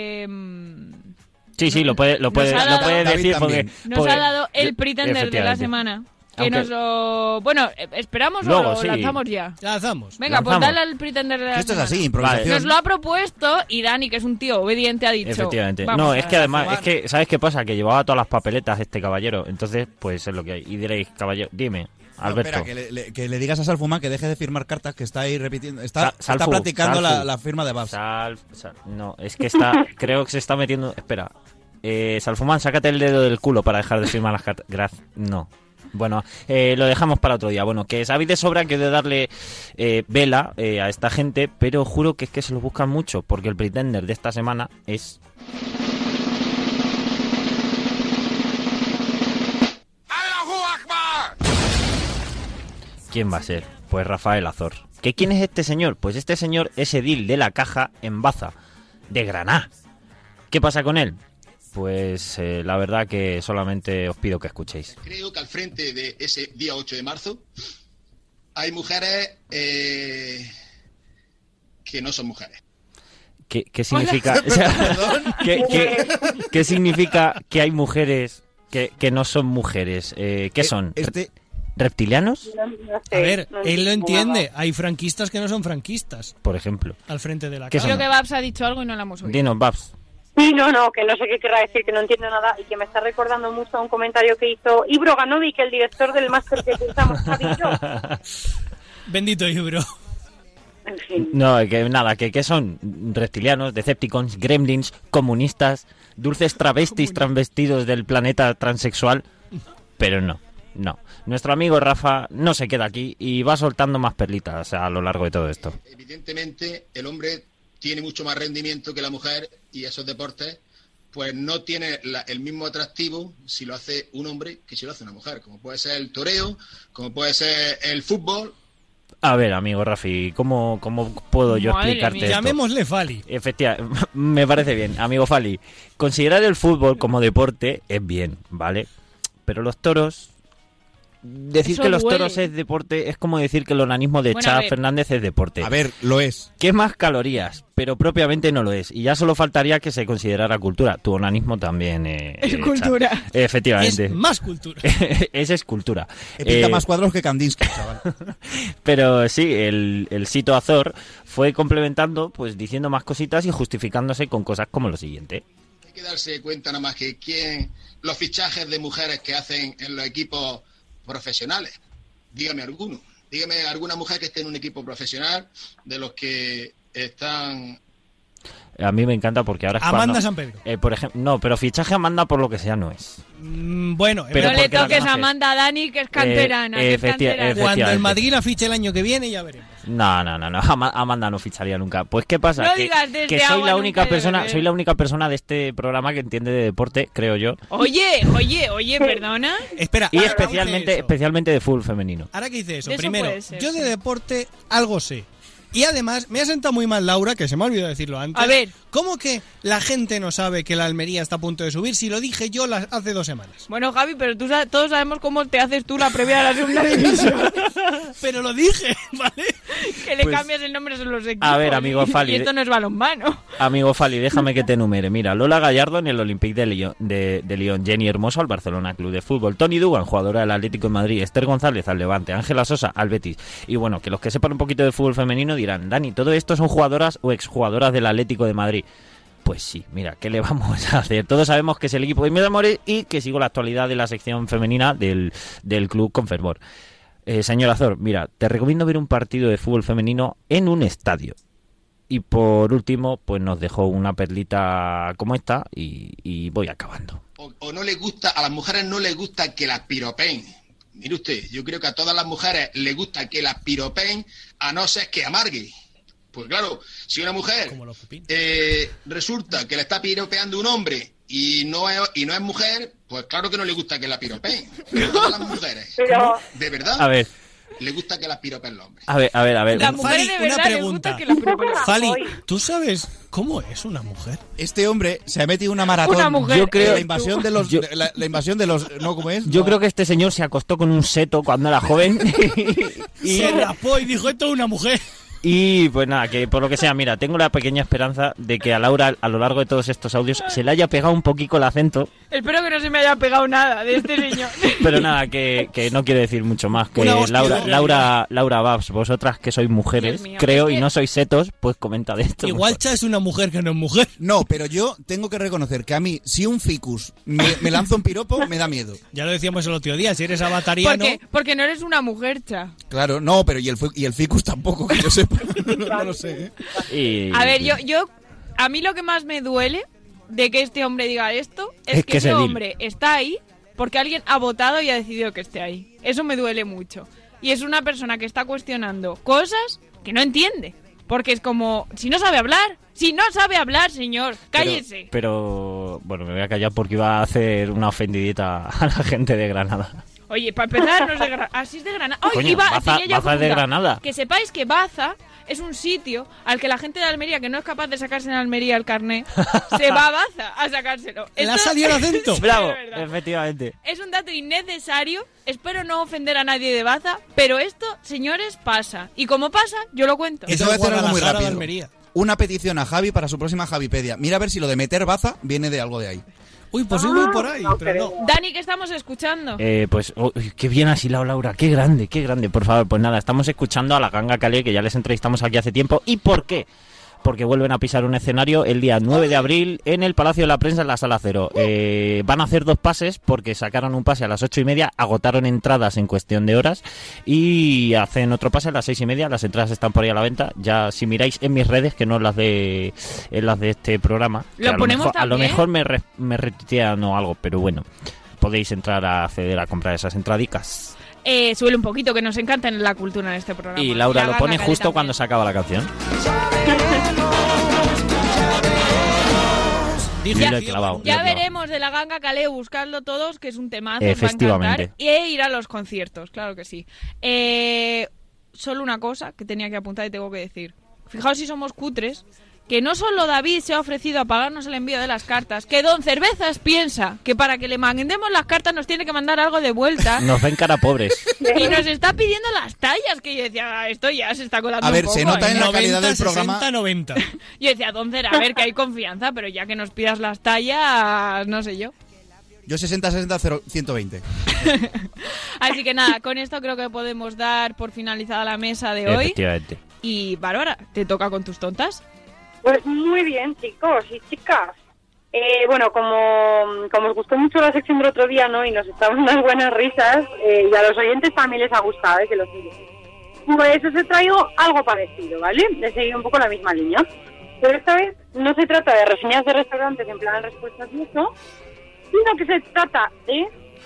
B: Sí, lo puede decir porque...
I: Nos ha dado el Pretender de la semana. Que nos lo... Bueno, ¿esperamos
B: luego,
I: o lo lanzamos ya?
J: Lanzamos.
I: Venga, pues dale al Pretender de la semana.
A: Esto es así, improvisación.
I: Nos lo ha propuesto y Dani, que es un tío obediente, ha dicho...
B: Efectivamente. No, es que además, ¿sabes qué pasa? Que llevaba todas las papeletas este caballero. Entonces, pues es lo que hay. Y diréis, caballero, dime, Alberto.
A: No, espera, que le digas a Salfumán que deje de firmar cartas, que está ahí repitiendo. Está practicando la firma de Babs.
B: No, es que creo que se está metiendo... Espera. Salfumán, sácate el dedo del culo para dejar de firmar las cartas. No. Bueno, lo dejamos para otro día. Bueno, que sabéis de sobra que de darle vela a esta gente, pero juro que es que se lo buscan mucho, porque el Pretender de esta semana es... ¿Quién va a ser? Pues Rafael Azor. ¿Que quién es este señor? Pues este señor es edil de la Caja en Baza, de Granada. ¿Qué pasa con él? Pues la verdad que solamente os pido que escuchéis.
M: Creo que al frente de ese día 8 de marzo hay mujeres que no son mujeres.
B: ¿Qué significa? ¿Qué significa que hay mujeres que no son mujeres? ¿Qué son? ¿Reptilianos?
K: No sé,
J: a ver, él lo entiende. Hay franquistas que no son franquistas.
B: Por ejemplo.
J: Al frente de la
I: Caja. Creo que Babs ha dicho algo y no la hemos oído.
B: Dinos, Babs.
K: Sí, no, que no sé qué querrá decir, que no entiendo nada y que me está recordando mucho a un comentario que hizo Ibro Ganovic, el director del máster que cursamos Javi y yo.
J: Bendito Ibro.
K: En fin.
B: No, que nada, que son reptilianos, Decepticons, gremlins, comunistas, dulces travestis transvestidos del planeta transexual, pero no. Nuestro amigo Rafa no se queda aquí y va soltando más perlitas a lo largo de todo esto.
M: Evidentemente, el hombre tiene mucho más rendimiento que la mujer y esos deportes pues no tiene el mismo atractivo si lo hace un hombre que si lo hace una mujer, como puede ser el toreo, como puede ser el fútbol.
B: A ver, amigo Rafi, ¿cómo puedo yo explicarte esto?
J: Llamémosle Fali.
B: Efectivamente, me parece bien, amigo Fali. Considerar el fútbol como deporte es bien, ¿vale? Pero los toros... Decir
I: Eso
B: que los
I: duele.
B: toros es deporte es como decir que el onanismo de
I: Bueno, a
B: Chá
I: ver.
B: Fernández es deporte.
A: A ver, lo es.
B: Que es más calorías, pero propiamente no lo es. Y ya solo faltaría que se considerara cultura. Tu onanismo también
I: Es
B: Chá.
I: cultura.
B: Efectivamente.
J: Es más cultura.
B: Es escultura.
A: Pinta más cuadros que Kandinsky, chaval.
B: Pero sí, el Sito Azor fue complementando, pues diciendo más cositas y justificándose con cosas como lo siguiente.
M: Hay que darse cuenta nada más que los fichajes de mujeres que hacen en los equipos profesionales. Dígame alguno. Dígame alguna mujer que esté en un equipo profesional de los que están...
B: A mí me encanta porque ahora es
J: Amanda
B: cuando,
J: San Pedro.
B: por ejemplo, no, pero fichaje Amanda por lo que sea no es.
J: Bueno,
B: Pero
I: No le
B: porque la
I: toques a
B: conoces.
I: Amanda a Dani, que es canterana. que es canterana.
J: cuando
B: efectivamente.
J: el Madrid la fiche el año que viene ya veremos.
B: No, Amanda no ficharía nunca. Pues qué pasa,
I: No
B: que,
I: digas desde
B: que soy
I: agua
B: la
I: nunca
B: única
I: de
B: persona,
I: beber.
B: soy la única persona de este programa que entiende de deporte, creo yo,
I: Oye, perdona.
J: Espera,
B: y
J: ahora que dice eso,
B: especialmente de fútbol femenino.
J: ahora que dice eso,
I: De eso
J: primero,
I: puede ser,
J: yo de
I: sí.
J: deporte algo sé. Y además, me ha sentado muy mal Laura, que se me ha olvidado decirlo antes.
I: A ver.
J: ¿Cómo que la gente no sabe que la Almería está a punto de subir si lo dije yo hace 2 semanas?
I: Bueno, Javi, pero todos sabemos cómo te haces tú la previa de la segunda división.
J: Pero lo dije, ¿vale?
I: Que le
B: Pues,
I: cambias el nombre a los equipos.
B: a ver, amigo Fali,
I: Y esto no es balonmano.
B: Amigo Fali, déjame que te enumere. Mira, Lola Gallardo en el Olympique de Lyon, Jenny Hermoso al Barcelona Club de Fútbol, Toni Dugan, jugadora del Atlético de Madrid, Esther González al Levante, Ángela Sosa al Betis. Y bueno, que los que sepan un poquito de fútbol femenino dirán, Dani, ¿todo esto son jugadoras o exjugadoras del Atlético de Madrid? Pues sí, mira, ¿qué le vamos a hacer? Todos sabemos que es el equipo de mis amores y que sigo la actualidad de la sección femenina del club con fervor. Señor Azor, mira, te recomiendo ver un partido de fútbol femenino en un estadio. Y por último, pues nos dejó una perlita como esta y voy acabando.
M: O no les gusta, a las mujeres no les gusta que las piropeen. Mire usted, yo creo que a todas las mujeres les gusta que las piropeen, a no ser que amargue. Pues claro, si una mujer resulta que le está piropeando un hombre y no es mujer, pues claro que no le gusta que la piropeen. Pero a todas las mujeres,
K: Pero-
M: de verdad,
B: A ver,
M: le gusta que las piropeen los hombres.
B: a ver.
I: Las mujeres de
J: una
I: verdad les
J: pregunta.
I: gusta que las piropen.
J: Fali, ¿tú sabes cómo es una mujer?
A: Este hombre se ha metido una maratón.
I: Una mujer.
B: Yo creo-
A: La invasión de los...
B: Yo-
A: La invasión de los... ¿No? ¿Cómo es?
B: Yo
A: No.
B: creo que este señor se acostó con un seto cuando era joven y,
J: Se rapó y dijo, esto es una mujer.
B: y pues nada, que por lo que sea, mira, tengo la pequeña esperanza de que a Laura a lo largo de todos estos audios se le haya pegado un poquito el acento,
I: Espero que no se me haya pegado nada de este señor.
B: pero nada, que no quiere decir mucho más. Que
J: Una hostia doble.
B: Laura Babs, vosotras que sois mujeres,
I: Dios mío,
B: creo,
I: es
B: y
I: que-
B: no sois setos, pues comenta de esto.
J: Igual
B: por
J: Cha es una mujer que no es mujer.
A: No, pero yo tengo que reconocer que a mí, si un ficus me lanza un piropo, me da miedo.
J: Ya lo decíamos el otro día, si eres avatariano...
I: Porque no eres una mujer, cha.
A: Claro, no, pero y el ficus tampoco, que yo sepa. No lo sé. ¿eh?
B: favor. Y-
I: A ver, a mí lo que más me duele de que este hombre diga esto es que
B: que
I: ese
B: se dil.
I: hombre está ahí porque alguien ha votado y ha decidido que esté ahí. Eso me duele mucho. Y es una persona que está cuestionando cosas que no entiende. Porque es como, si no sabe hablar, señor, cállese.
B: Pero, bueno, me voy a callar porque iba a hacer una ofendidita a la gente de Granada.
I: Oye, para empezar, no es de Granada. Así es de Granada. ¡Ay,
B: Coño, Baza
I: tenía ya
B: es de
I: confundida!
B: Granada.
I: Que sepáis que Baza es un sitio al que la gente de Almería, que no es capaz de sacarse en Almería el carné, se va a Baza a sacárselo.
J: ¿Le ha salido el acento?
I: Sí,
B: Bravo,
I: de verdad.
B: efectivamente.
I: Es un dato innecesario. Espero no ofender a nadie de Baza, pero esto, señores, pasa. Y como pasa, yo lo cuento.
A: Y te voy a hacer algo muy
J: Guadalajara de
A: rápido.
J: Almería.
A: Una petición a Javi para su próxima Javipedia. Mira a ver si lo de meter baza viene de algo de ahí.
J: Uy, pues voy por ahí, pero no.
I: Dani, ¿qué estamos escuchando?
B: Pues, qué bien has hilado, Laura, qué grande, por favor. Pues nada, estamos escuchando a la Ganga Calé, que ya les entrevistamos aquí hace tiempo. ¿Y por qué? porque vuelven a pisar un escenario el día 9 de abril en el Palacio de la Prensa en la Sala Cero. Van a hacer 2 pases porque sacaron un pase a las 8:30, agotaron entradas en cuestión de horas y hacen otro pase a las 6:30. Las entradas están por ahí a la venta. Ya si miráis en mis redes, que no en las de este programa,
I: lo ponemos
B: a lo mejor me retuitean o algo, pero bueno, podéis entrar a acceder a comprar esas entradicas.
I: Suele un poquito, que nos encanta en la cultura en este programa.
B: Y Laura lo pone justo cuando se acaba la canción.
I: Ya veremos de la Ganga Calé, buscadlo todos, que es un temazo,
B: efectivamente.
I: os va a encantar. Y ir a los conciertos, claro que sí. Solo una cosa que tenía que apuntar y tengo que decir. Fijaos si somos cutres, que no solo David se ha ofrecido a pagarnos el envío de las cartas, que Don Cervezas piensa que para que le mandemos las cartas nos tiene que mandar algo de vuelta.
B: Nos ven cara pobres.
I: Y nos está pidiendo las tallas, que yo decía, esto ya se está colando
A: a ver,
I: un poco.
A: se nota en la
J: 90,
A: calidad del
J: 60,
A: programa.
J: 90.
I: Yo decía, Don Cer, a ver, que hay confianza, pero ya que nos pidas las tallas, no sé yo.
A: Yo 60-60-0, 120.
I: Así que nada, con esto creo que podemos dar por finalizada la mesa de hoy.
B: Efectivamente.
I: Y Bárbara, te toca con tus tontas.
K: Pues muy bien, chicos y chicas. Bueno, como os gustó mucho la sección del otro día, ¿no? Y nos estaban unas buenas risas, y a los oyentes también les ha gustado, que lo sigo. Pues os he traído algo parecido, ¿vale? De seguir un poco la misma línea. Pero esta vez no se trata de reseñas de restaurantes en plan respuestas y eso, sino que se trata de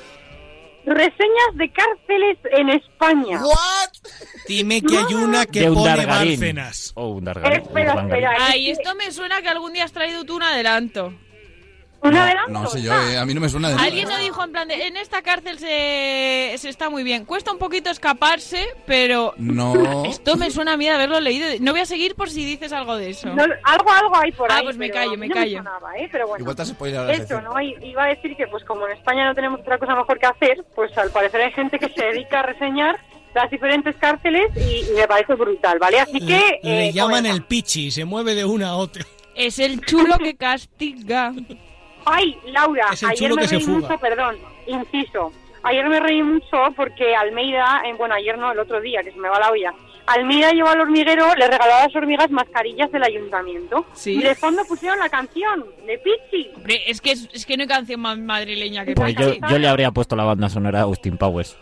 K: reseñas de cárceles en España.
J: Dime que hay una que
B: de un
J: pone
B: Dargarín.
J: Bárcenas.
B: O un Dargarín.
K: Espera.
I: Ay, esto me suena que algún día has traído tú un adelanto.
K: ¿Un adelanto?
A: No sé yo, a mí no me suena de nada.
I: Alguien me dijo en plan de, en esta cárcel se está muy bien. Cuesta un poquito escaparse, pero...
A: No.
I: Esto me suena a mí de haberlo leído. No voy a seguir por si dices algo de eso.
K: No, algo hay por ahí.
I: Pues me
K: pero
I: callo,
K: a mí
I: me
K: no
I: callo.
K: sonaba, pero bueno.
A: Igual te has spoilado la
K: Eso,
A: sección.
K: ¿no? Iba a decir que pues como en España no tenemos otra cosa mejor que hacer, pues al parecer hay gente que se dedica a reseñar las diferentes cárceles y me parece brutal, ¿vale? Así que...
J: Le llaman el pichi, se mueve de una a otra.
I: Es el chulo que castiga.
K: Ay, Laura,
J: Es el
K: ayer
J: chulo
K: me
J: que se
K: reí
J: fuga.
K: mucho, perdón, inciso. Ayer me reí mucho porque Almeida, bueno, ayer no, el otro día, que se me va la olla. Almeida llevó al hormiguero, le regaló a las hormigas mascarillas del ayuntamiento.
I: ¿Sí?
K: Y de fondo pusieron la canción de Pichi.
I: Hombre, es que no hay canción más madrileña que
B: Pues
I: Pichi.
B: yo le habría puesto la banda sonora a Austin Powers.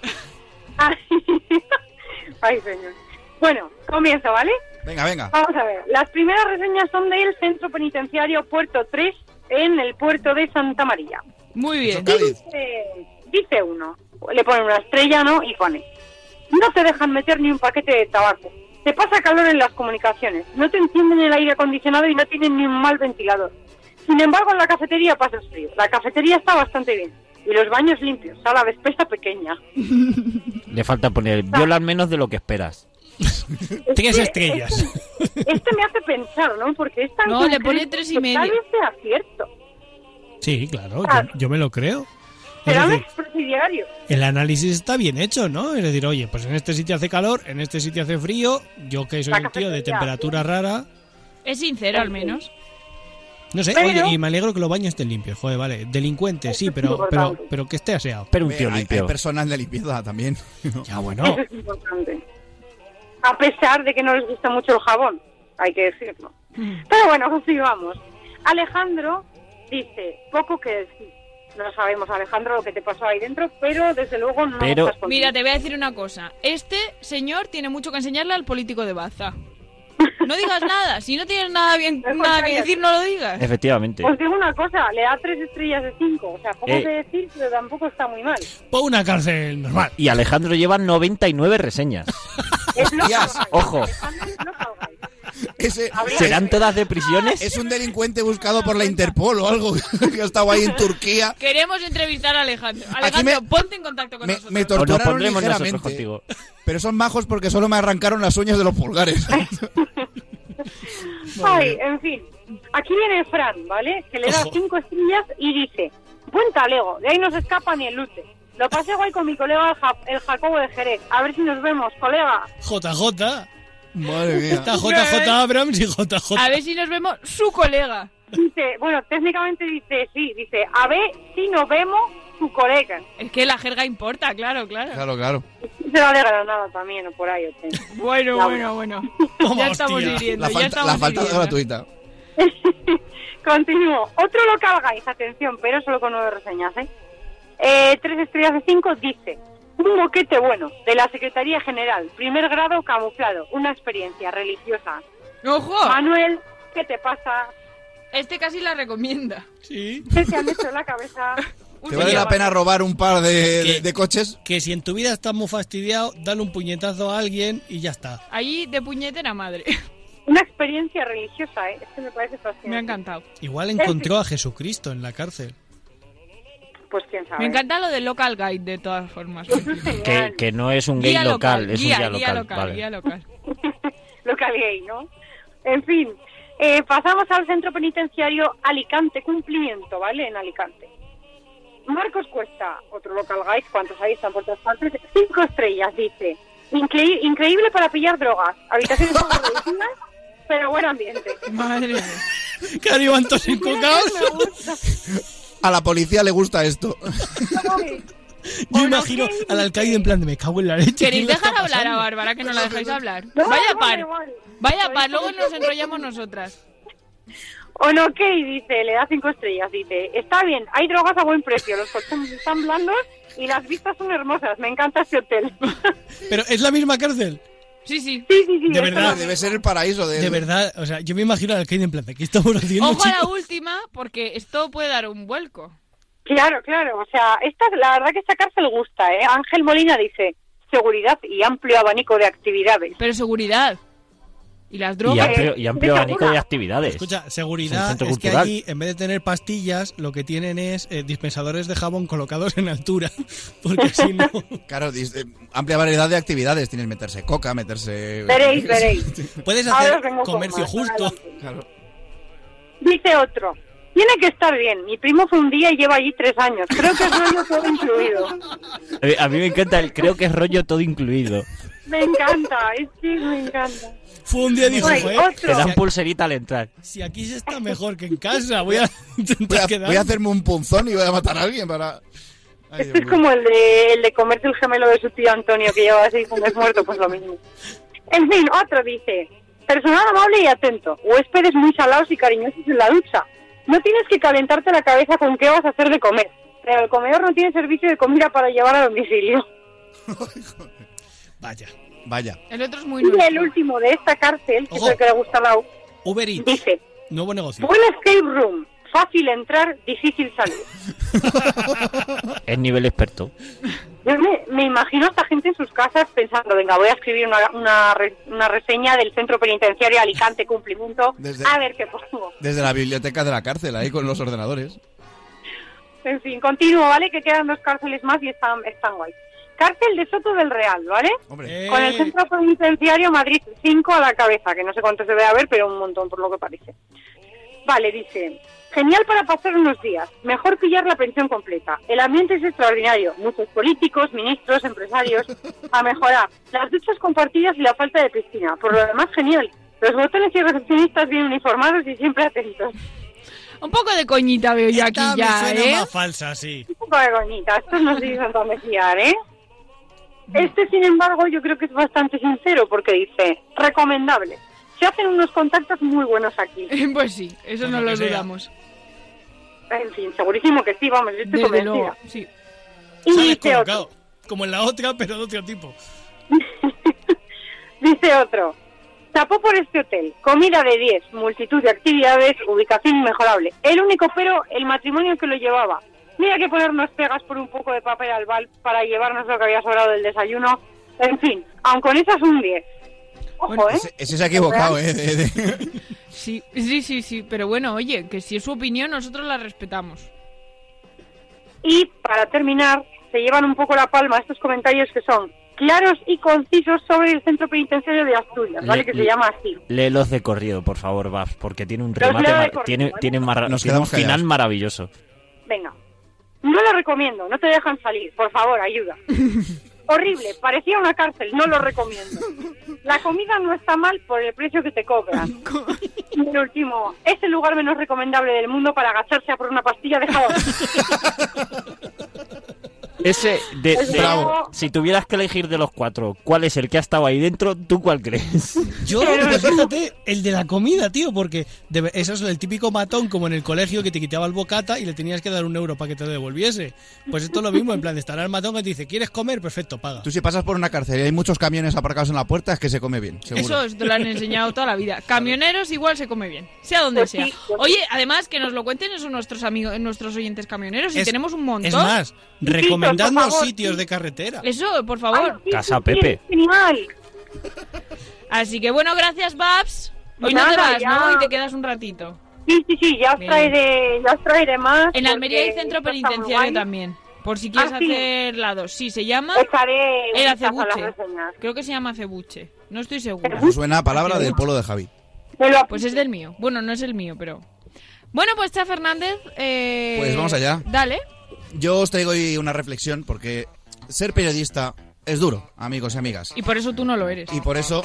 K: Ay, señor. Bueno, comienzo, ¿vale?
A: Venga.
K: Vamos a ver. Las primeras reseñas son del Centro Penitenciario Puerto 3 en el puerto de Santa María.
I: Muy bien.
K: Dice uno, le ponen una estrella, ¿no? Y pone: no te dejan meter ni un paquete de tabaco. Te pasa calor en las comunicaciones. No te encienden el aire acondicionado y no tienen ni un mal ventilador. Sin embargo, en la cafetería pasas frío. La cafetería está bastante bien. Y los baños limpios, sala de espesa pequeña.
B: Le falta poner, violan menos de lo que esperas.
J: 3 estrellas.
K: Este me hace pensar, ¿no? Porque es tan
I: No, le
K: concreto
I: pone 3,5.
K: que tal vez sea cierto.
J: Sí, claro, yo me lo creo. Es
K: Será un
J: decir,
K: expresidiario.
J: el análisis está bien hecho, ¿no? Es decir, oye, pues en este sitio hace calor, en este sitio hace frío, yo que soy
K: La
J: un tío de
K: cafetería,
J: temperatura rara,
I: Es sincero, al menos.
J: no sé,
K: Pero-
J: oye, y me alegro que los baños estén limpios, joder, vale, delincuentes, sí,
K: Eso es
J: pero
K: importante.
J: que esté aseado.
B: Pero un tío
A: Hay
B: limpio.
A: personal de limpieza también.
J: Ya, bueno.
K: Eso es importante. A pesar de que no les gusta mucho el jabón, hay que decirlo. Pero bueno, así vamos. Alejandro dice, poco que decir. No sabemos, Alejandro, lo que te pasó ahí dentro, pero desde luego no
B: Pero-
K: estás contigo.
I: Mira, te voy a decir una cosa. Este señor tiene mucho que enseñarle al político de Baza. No digas nada. Si no tienes nada que decir, no lo digas.
B: Efectivamente.
K: Os digo una cosa, le da 3 estrellas de 5. O sea, poco que decir, pero tampoco está muy mal.
J: Pon una cárcel normal.
B: Y Alejandro lleva 99 reseñas.
A: Hostias,
B: Ojo.
A: ese
B: ¿Serán todas de prisiones?
A: es un delincuente buscado por la Interpol o algo que ha estado ahí en Turquía.
I: Queremos entrevistar a Alejandro. Alejandro, ponte en contacto con nosotros.
A: Me
B: O nos
A: torturaron
B: pondremos nosotros
A: ligeramente.
B: contigo.
A: Pero son majos porque solo me arrancaron las uñas de los pulgares.
K: Ay, en fin. Aquí viene Fran, ¿vale? Que le da
J: Ojo.
K: 5 estrellas y dice: buen talego, de ahí no se escapa ni el lute. Lo pasé guay con mi colega el Jacobo de Jerez. A ver si nos vemos, colega.
J: JJ.
A: Madre mía.
J: Está JJ Abrams y JJ.
I: A ver si nos vemos su colega.
K: Dice, bueno, técnicamente dice, sí, dice, a ver si nos vemos su colega.
I: Es que la jerga importa, claro.
A: Claro.
K: Será de Granada también, o por ahí.
I: Bueno. Ya estamos hiriendo.
A: La falta de gratuita.
K: Continúo. Otro local guys, atención, pero solo con 9 reseñas, 3 estrellas de 5, dice: un boquete bueno, de la Secretaría General, primer grado camuflado, una experiencia religiosa.
I: ¡Ojo!
K: Manuel, ¿qué te pasa?
I: Este casi la recomienda.
J: Sí.
K: ¿Qué te han hecho en la cabeza?
A: ¿Te vale la pena robar un par de coches?
J: Que si en tu vida estás muy fastidiado, dale un puñetazo a alguien y ya está.
I: Allí de puñetera madre.
K: Una experiencia religiosa, Es que me parece fascinante.
I: Me ha encantado.
J: Igual encontró a Jesucristo en la cárcel.
K: Pues quién sabe.
I: Me encanta lo del local guide, de todas formas.
B: Que no es un gay local, es un guía local. Vale.
I: Guía local.
K: Local gay, ¿no? En fin, pasamos al centro penitenciario Alicante Cumplimiento, ¿vale? En Alicante. Marcos Cuesta, otro local guide, ¿cuántos hay? Están por todas partes. 5 estrellas, dice. Increíble para pillar drogas. Habitaciones muy reducidas, pero buen ambiente.
I: Madre mía.
J: Claro, iban todos encocados.
A: A la policía le gusta esto.
J: Yo imagino al alcaide en plan de me cago en la leche.
I: ¿Queréis dejar hablar a Bárbara, que no la dejáis hablar? Vaya par, luego nos enrollamos nosotras.
K: Ok, dice, le da 5 estrellas, dice: está bien, hay drogas a buen precio, los colchones están blandos y las vistas son hermosas, me encanta este hotel.
J: Pero es la misma cárcel.
I: Sí.
J: De verdad.
A: Debe ser el paraíso de
J: verdad, o sea, yo me imagino al alcaide en plan de ¿qué estamos haciendo?
I: Ojo a la última, porque esto puede dar un vuelco.
K: Claro, o sea, la verdad que esta cárcel gusta, Ángel Molina dice: seguridad y amplio abanico de actividades.
I: Pero seguridad. ¿Y las drogas?
B: Y amplio abanico de actividades.
J: Escucha, seguridad es que allí, en vez de tener pastillas, lo que tienen es dispensadores de jabón colocados en altura. Porque si no...
A: Claro, amplia variedad de actividades. Tienes meterse coca, meterse...
K: Veréis.
J: Puedes hacer comercio justo.
A: Claro.
K: Dice otro: tiene que estar bien. Mi primo fue un día y lleva allí 3 años. Creo que es rollo todo incluido.
B: A mí me encanta creo que es rollo todo incluido.
K: Me encanta, es que me encanta.
J: Fue un día dijo,
B: te dan pulserita al entrar.
J: Si aquí se está mejor que en casa, voy a intentar
A: voy a hacerme un punzón y voy a matar a alguien para...
K: Esto es como el de comerse el gemelo de su tío Antonio, que lleva 6 meses muerto, pues lo mismo. En fin, otro dice: personal amable y atento, huéspedes muy salados y cariñosos en la ducha. No tienes que calentarte la cabeza con qué vas a hacer de comer, pero el comedor no tiene servicio de comida para llevar a domicilio.
A: Vaya.
I: El otro es muy
K: nuevo. Y el último de esta cárcel, que es el que le gusta a Lau,
J: Uber Eats.
K: Dice:
J: nuevo negocio.
K: Buen escape room, fácil entrar, difícil salir.
B: Es nivel experto.
K: Yo me imagino a esta gente en sus casas pensando: venga, voy a escribir una reseña del centro penitenciario Alicante Cumplimiento, a ver qué pongo.
A: Desde la biblioteca de la cárcel, ahí con los ordenadores.
K: En fin, continúo, ¿vale? Que quedan 2 cárceles más y están guay. Cárcel de Soto del Real, ¿vale?
A: Hombre.
K: Con el centro penitenciario Madrid 5 a la cabeza, que no sé cuánto se debe haber, pero un montón por lo que parece. Vale, dice: genial para pasar unos días, mejor pillar la pensión completa. El ambiente es extraordinario, muchos políticos, ministros, empresarios, a mejorar. Las duchas compartidas y la falta de piscina, por lo demás genial. Los botones y recepcionistas bien uniformados y siempre atentos.
I: Un poco de coñita veo yo aquí ya,
J: me suena más falsa, sí.
K: Un poco de coñita, estos no se dicen tan fiar, Este, sin embargo, yo creo que es bastante sincero, porque dice: recomendable. Se hacen unos contactos muy buenos aquí.
I: Pues sí, eso no lo dudamos.
K: En fin, segurísimo que sí, vamos, yo estoy convencida.
I: Luego, sí.
K: Y dice otro,
J: como en la otra, pero de otro tipo.
K: Dice otro: chapó por este hotel, comida de 10, multitud de actividades, ubicación inmejorable. El único pero, el matrimonio que lo llevaba. Mira que ponernos pegas por un poco de papel albal para llevarnos lo que había sobrado del desayuno. En fin, aun con eso es un 10. Ojo,
A: bueno, ese se ha equivocado,
I: Sí, pero bueno, oye, que si es su opinión, nosotros la respetamos.
K: Y para terminar, se llevan un poco la palma estos comentarios que son claros y concisos sobre el centro penitenciario de Asturias, ¿vale? Que se llama así.
B: Léelos de corrido, por favor, Babs, porque tiene un remate, tiene un final maravilloso.
K: Venga. No lo recomiendo, no te dejan salir, por favor, ayuda. Horrible, parecía una cárcel, no lo recomiendo. La comida no está mal por el precio que te cobran. Y el último, es el lugar menos recomendable del mundo para agacharse a por una pastilla de jabón.
B: Ese
K: Bravo.
B: Si tuvieras que elegir de los 4, ¿cuál es el que ha estado ahí dentro? ¿Tú cuál crees?
J: Yo, pues fíjate, el de la comida, tío, porque eso es el típico matón como en el colegio que te quitaba el bocata y le tenías que dar €1 para que te lo devolviese. Pues esto es lo mismo, en plan, estará el matón que te dice, ¿quieres comer? Perfecto, paga.
A: Tú si pasas por una cárcel y hay muchos camiones aparcados en la puerta, es que se come bien, seguro.
I: Eso te lo han enseñado toda la vida. Camioneros igual se come bien, sea donde sea. Oye, además, que nos lo cuenten eson nuestros amigos, nuestros oyentes camioneros, y tenemos un montón.
J: Es más, recomendadnos sitios de carretera.
I: Eso, por favor.
B: Casa Pepe.
I: Así que bueno, gracias, Babs. Hoy no
K: Nada,
I: te vas,
K: ya.
I: ¿no? Y te quedas un ratito.
K: Sí, ya os traeré más.
I: En Almería hay centro
K: porque está muy
I: penitenciario
K: guay.
I: también. Por si quieres
K: ¿sí?
I: hacer lados. Sí, se llama
K: Echaré un
I: El
K: vistazo a las
I: Acebuche.
K: reseñas.
I: Creo que se llama Acebuche. No estoy segura.
A: Eso suena a palabra del pueblo de Javi.
I: Pues es del mío. Bueno, no es el mío, pero... Bueno, pues Cha Fernández...
A: Pues vamos allá.
I: Dale.
A: Yo os traigo hoy una reflexión porque ser periodista es duro, amigos y amigas.
I: Y por eso tú no lo eres.
A: Y por eso...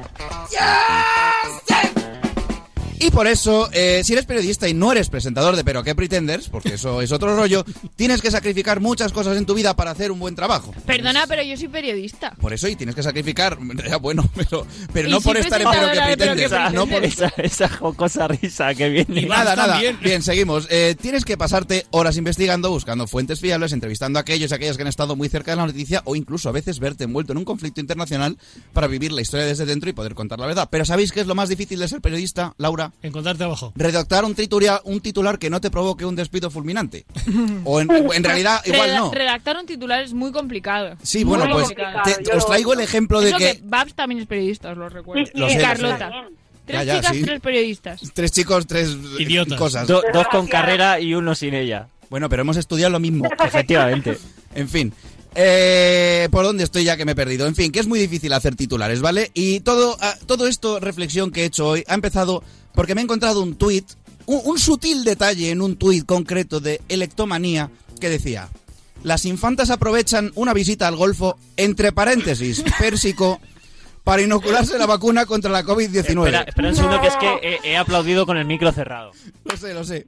A: Y por eso, si eres periodista y no eres presentador de Pero qué Pretenders, porque eso es otro rollo, tienes que sacrificar muchas cosas en tu vida para hacer un buen trabajo.
I: Perdona, pero yo soy periodista.
A: Por eso, y tienes que sacrificar, ya bueno, pero
I: Y
A: no por
I: soy
A: estar en Pero qué
I: presentadora de Pero qué
A: Pretenders. No por...
B: esa jocosa risa que viene.
A: Nada. Bien, seguimos. Tienes que pasarte horas investigando, buscando fuentes fiables, entrevistando a aquellos y aquellas que han estado muy cerca de la noticia o incluso a veces verte envuelto en un conflicto internacional para vivir la historia desde dentro y poder contar la verdad. Pero ¿sabéis qué es lo más difícil de ser periodista, Laura?
J: Encontrar trabajo.
A: Redactar un titular que no te provoque un despido fulminante. O en realidad, igual no.
I: Redactar un titular es muy complicado.
A: Sí, bueno,
I: Muy
A: pues
I: complicado.
A: os traigo el ejemplo de
I: Eso
A: que...
I: Babs también es periodista, os lo recuerdo.
A: Lo sé,
I: y
A: lo
I: Carlota.
A: sé.
I: Tres
A: Ya,
I: chicas,
A: sí.
I: 3 periodistas.
A: 3 chicos, 3
J: idiotas.
A: Cosas.
B: 2 con carrera y 1 sin ella.
A: Bueno, pero hemos estudiado lo mismo.
B: Efectivamente.
A: En fin. ¿Por dónde estoy ya que me he perdido? En fin, que es muy difícil hacer titulares, ¿vale? Y todo esto, reflexión que he hecho hoy, ha empezado porque me he encontrado un tuit, un sutil detalle en un tuit concreto de Electomanía que decía: las infantas aprovechan una visita al Golfo, entre paréntesis, Pérsico, para inocularse la vacuna contra la COVID-19.
B: Espera un segundo, que es que he aplaudido con el micro cerrado.
A: Lo sé.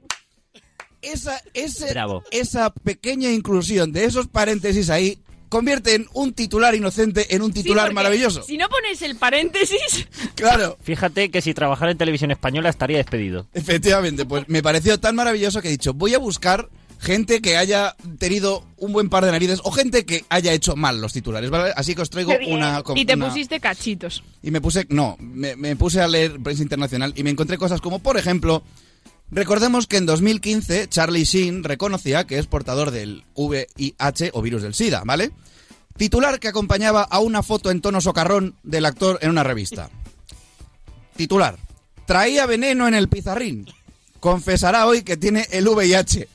B: Bravo.
A: Esa pequeña inclusión de esos paréntesis ahí convierte en un titular inocente en un titular
I: Sí,
A: maravilloso.
I: Si no pones el paréntesis...
A: Claro.
B: Fíjate que si trabajara en televisión española estaría despedido.
A: Efectivamente, pues me pareció tan maravilloso que he dicho, voy a buscar gente que haya tenido un buen par de narices o gente que haya hecho mal los titulares, ¿vale? Así que os traigo una...
I: Y te pusiste cachitos.
A: Y me puse a leer prensa internacional y me encontré cosas como, por ejemplo... Recordemos que en 2015 Charlie Sheen reconocía que es portador del VIH o virus del SIDA, ¿vale? Titular que acompañaba a una foto en tono socarrón del actor en una revista. Titular: traía veneno en el pizarrín. Confesará hoy que tiene el VIH.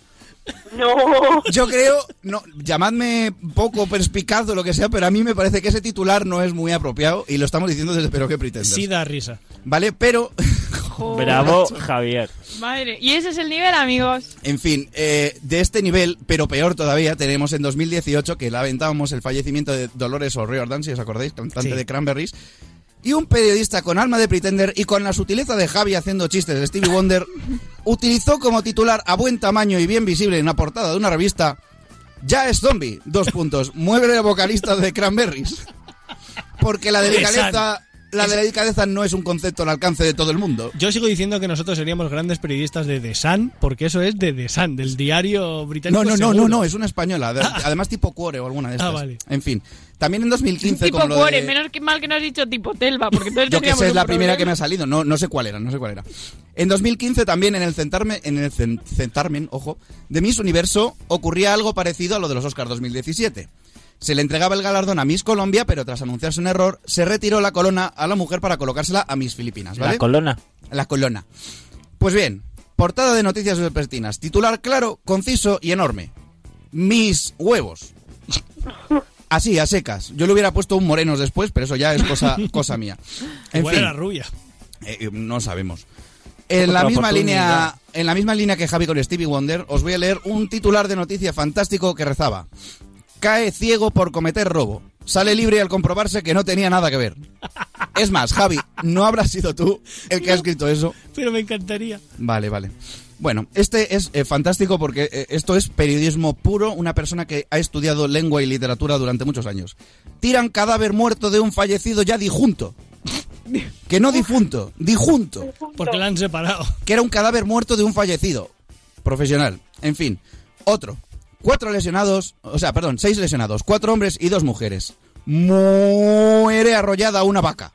K: No.
A: Yo creo, no, llamadme poco perspicaz o lo que sea, pero a mí me parece que ese titular no es muy apropiado y lo estamos diciendo desde Pero qué Pretenders.
J: Sí da risa.
A: Vale, pero...
B: Bravo, Javier.
I: Madre, y ese es el nivel, amigos.
A: En fin, de este nivel, pero peor todavía, tenemos en 2018, que lamentábamos el fallecimiento de Dolores O'Riordan, si os acordáis, cantante de Cranberries, y un periodista con alma de pretender y con la sutileza de Javi haciendo chistes de Stevie Wonder, utilizó como titular a buen tamaño y bien visible en la portada de una revista: ya es zombie, mueve el vocalista de Cranberries. Porque la delicadeza... La delicadeza no es un concepto al alcance de todo el mundo.
J: Yo sigo diciendo que nosotros seríamos grandes periodistas de The Sun, porque eso es de The Sun, del diario británico.
A: No, es una española. Además tipo Cuore o alguna de estas.
J: Vale.
A: En fin, también en 2015...
I: Tipo
A: como
I: Cuore,
A: de...
I: menos que mal que no has dicho tipo Telva, porque entonces
A: Yo que sé, es la primera que me
I: problema.
A: ha salido, no sé cuál era. En 2015 también en el Centarmen, ojo, de Miss Universo ocurría algo parecido a lo de los Oscars 2017. Se le entregaba el galardón a Miss Colombia, pero tras anunciarse un error, se retiró la corona a la mujer para colocársela a Miss Filipinas, ¿vale?
B: La
A: corona. Pues bien, portada de Noticias Vespertinas, titular claro, conciso y enorme: mis huevos. Así, a secas. Yo le hubiera puesto un morenos después, pero eso ya es cosa mía. En
J: Igual
A: fin,
J: era rubia.
A: No sabemos. En la misma línea que Javi con Stevie Wonder, os voy a leer un titular de noticia fantástico que rezaba: cae ciego por cometer robo. sale libre al comprobarse que no tenía nada que ver. Es más, Javi, ¿no habrás sido tú el que ha escrito eso?
J: Pero me encantaría.
A: Vale. Bueno, este es fantástico porque esto es periodismo puro, una persona que ha estudiado lengua y literatura durante muchos años. Tiran cadáver muerto de un fallecido ya dijunto. Que no difunto, dijunto.
J: Porque lo han separado.
A: Que era un cadáver muerto de un fallecido. Profesional. En fin. Otro. 6 lesionados. 4 hombres y 2 mujeres. Muere arrollada una vaca.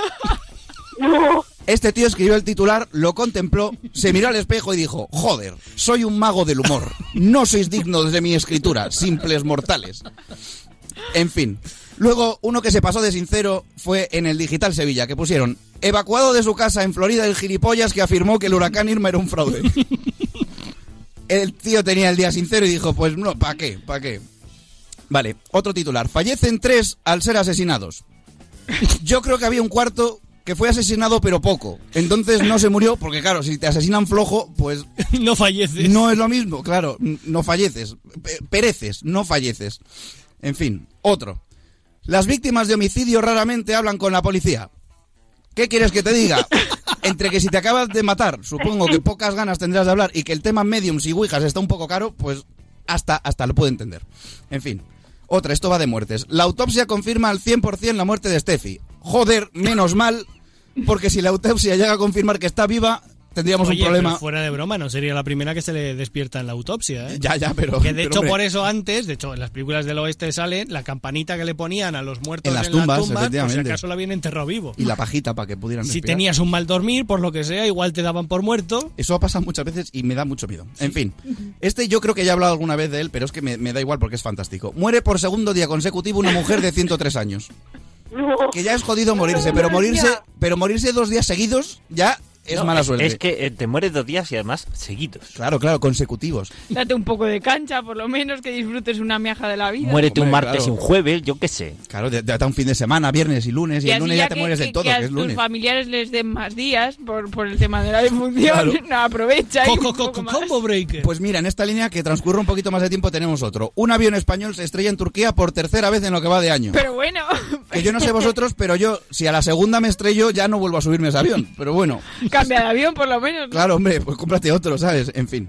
A: Este tío escribió el titular, lo contempló, se miró al espejo y dijo: joder, soy un mago del humor. No sois dignos de mi escritura, simples mortales. En fin. Luego, uno que se pasó de sincero fue en el Digital Sevilla, que pusieron: evacuado de su casa en Florida el gilipollas que afirmó que el huracán Irma era un fraude. El tío tenía el día sincero y dijo: pues no, ¿para qué? Vale, otro titular. Fallecen 3 al ser asesinados. Yo creo que había un cuarto que fue asesinado pero poco. Entonces no se murió porque, claro, si te asesinan flojo, pues...
J: no falleces.
A: No es lo mismo, claro, no falleces. Pereces, no falleces. En fin, otro. Las víctimas de homicidio raramente hablan con la policía. ¿Qué quieres que te diga? Entre que si te acabas de matar, supongo que pocas ganas tendrás de hablar, y que el tema mediums y ouijas está un poco caro, pues hasta lo puedo entender. En fin. Otra, esto va de muertes. La autopsia confirma al 100% la muerte de Steffi. Joder, menos mal, porque si la autopsia llega a confirmar que está viva, tendríamos un problema.
J: Pero fuera de broma, no sería la primera que se le despierta en la autopsia, ¿eh?
A: Ya, pero...
J: Que de hecho, por eso antes, en las películas del oeste sale la campanita que le ponían a los muertos
A: en las tumbas,
J: por si acaso la habían enterrado vivo.
A: Y la pajita para que pudieran respirar.
J: Si tenías un mal dormir, por lo que sea, igual te daban por muerto.
A: Eso ha pasado muchas veces y me da mucho miedo. En fin, este yo creo que ya he hablado alguna vez de él, pero es que me da igual porque es fantástico. Muere por segundo día consecutivo una mujer de 103 años. Que ya es jodido morirse, pero morirse 2 días seguidos ya... Es mala suerte.
B: Es que te mueres 2 días y además seguidos.
A: Claro, consecutivos.
I: Date un poco de cancha, por lo menos, que disfrutes una miaja de la vida.
B: Muérete un martes y un jueves, yo qué sé.
A: Claro, date un fin de semana, viernes y lunes, y el lunes ya te mueres del todo, que es lunes.
I: Que a tus familiares les den más días por el tema de la defunción. Claro. No, aprovecha.
J: Combo breaker.
A: Pues mira, en esta línea que transcurre un poquito más de tiempo tenemos otro. Un avión español se estrella en Turquía por 3ª vez en lo que va de año.
I: Pero bueno.
A: Que yo no sé vosotros, pero yo, si a la segunda me estrello, ya no vuelvo a subirme a ese avión. Pero bueno.
I: Cambia de avión, por lo menos.
A: Claro, hombre, pues cómprate otro, ¿sabes? En fin.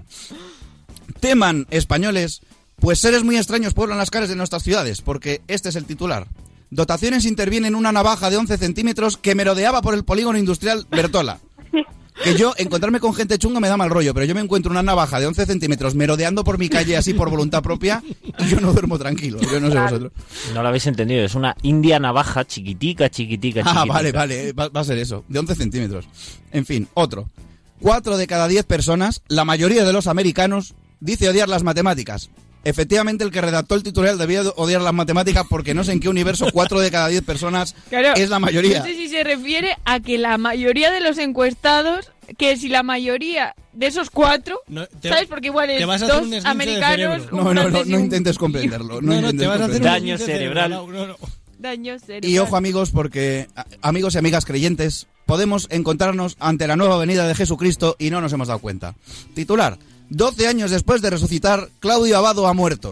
A: Teman españoles, pues seres muy extraños pueblan las calles de nuestras ciudades, porque este es el titular. Dotaciones intervienen una navaja de 11 centímetros que merodeaba por el polígono industrial Bertola. Que yo, encontrarme con gente chunga me da mal rollo, pero yo me encuentro una navaja de 11 centímetros merodeando por mi calle así por voluntad propia y yo no duermo tranquilo. Yo no sé vosotros.
B: No lo habéis entendido, es una india navaja chiquitica.
A: Ah, vale, va a ser eso, de 11 centímetros. En fin, otro. 4 de cada 10 personas, la mayoría de los americanos, dice odiar las matemáticas. Efectivamente, el que redactó el tutorial debía odiar las matemáticas porque no sé en qué universo 4 de cada 10 personas es la mayoría.
I: No sé si se refiere a que la mayoría de los encuestados, que si la mayoría de esos 4, ¿sabes? Porque igual es 2 americanos...
A: No intentes comprenderlo. No,
J: te vas a hacer
B: daño cerebral.
I: Daño cerebral.
A: Y ojo amigos, porque amigos y amigas creyentes, podemos encontrarnos ante la nueva venida de Jesucristo y no nos hemos dado cuenta. Titular: 12 años después de resucitar, Claudio Abado ha muerto.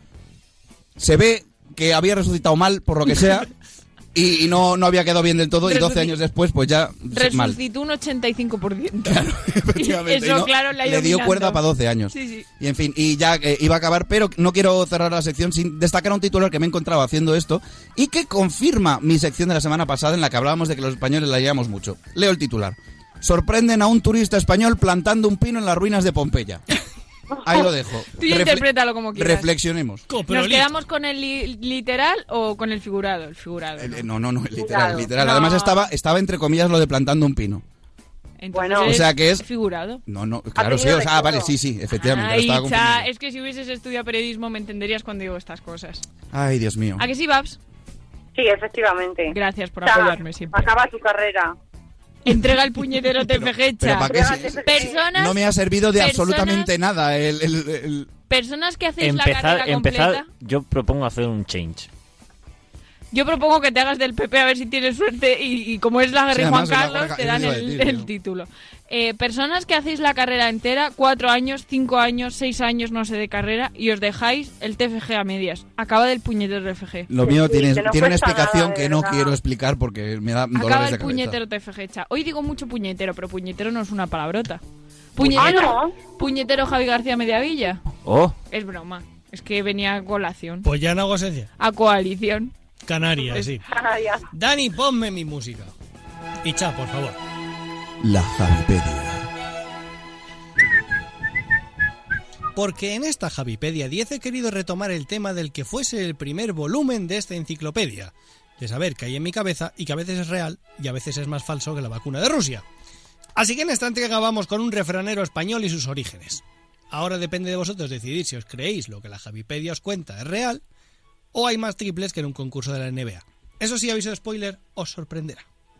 A: Se ve que había resucitado mal, por lo que sea, y no había quedado bien del todo, y 12 años después, pues ya
I: resucitó un 85%.
A: Claro, efectivamente.
I: Eso, claro,
A: le dio cuerda para 12 años.
I: Sí.
A: Y en fin, y ya iba a acabar, pero no quiero cerrar la sección sin destacar un titular que me he encontrado haciendo esto, y que confirma mi sección de la semana pasada en la que hablábamos de que los españoles la llevamos mucho. Leo el titular. Sorprenden a un turista español plantando un pino en las ruinas de Pompeya. Ahí lo dejo.
I: Tú interprétalo como quieras.
A: Reflexionemos.
I: ¿Nos quedamos con el literal o con el figurado? El figurado.
A: No, el literal. No. Además estaba entre comillas lo de plantando un pino.
I: Entonces, bueno,
A: o sea que es
I: figurado.
A: No, claro, sí, vale, sí, efectivamente.
I: Es que si hubieses estudiado periodismo me entenderías cuando digo estas cosas.
A: Ay, Dios mío.
I: ¿A que sí, Babs?
K: Sí, efectivamente.
I: Gracias por apoyarme siempre.
K: Acaba tu carrera.
I: Entrega el puñetero TFG.
A: No me ha servido de absolutamente nada
I: personas que hacéis la carrera completa.
B: Yo propongo hacer un change.
I: Yo propongo que te hagas del PP a ver si tienes suerte y como es la guerra y Juan Carlos, te dan el título. Personas que hacéis la carrera entera, 4 años, 5 años, 6 años, no sé, de carrera, y os dejáis el TFG a medias. Acaba del puñetero TFG.
A: Lo mío tiene una explicación que no quiero explicar porque me da dolores de cabeza.
I: Acaba el puñetero TFG. Hoy digo mucho puñetero, pero puñetero no es una palabrota. Puñetero Javi García Mediavilla. Es broma. Es que venía a colación.
J: Pues ya no hago esencia.
I: A coalición.
J: Canarias, sí.
K: Canarias.
J: Dani, ponme mi música. Y Cha, por favor.
A: La Javipedia.
J: Porque en esta Javipedia 10 he querido retomar el tema del que fuese el primer volumen de esta enciclopedia. De saber que hay en mi cabeza y que a veces es real y a veces es más falso que la vacuna de Rusia. Así que en esta entrega vamos con un refranero español y sus orígenes. Ahora depende de vosotros decidir si os creéis lo que la Javipedia os cuenta es real o hay más triples que en un concurso de la NBA. Eso sí, aviso de spoiler, os sorprenderá.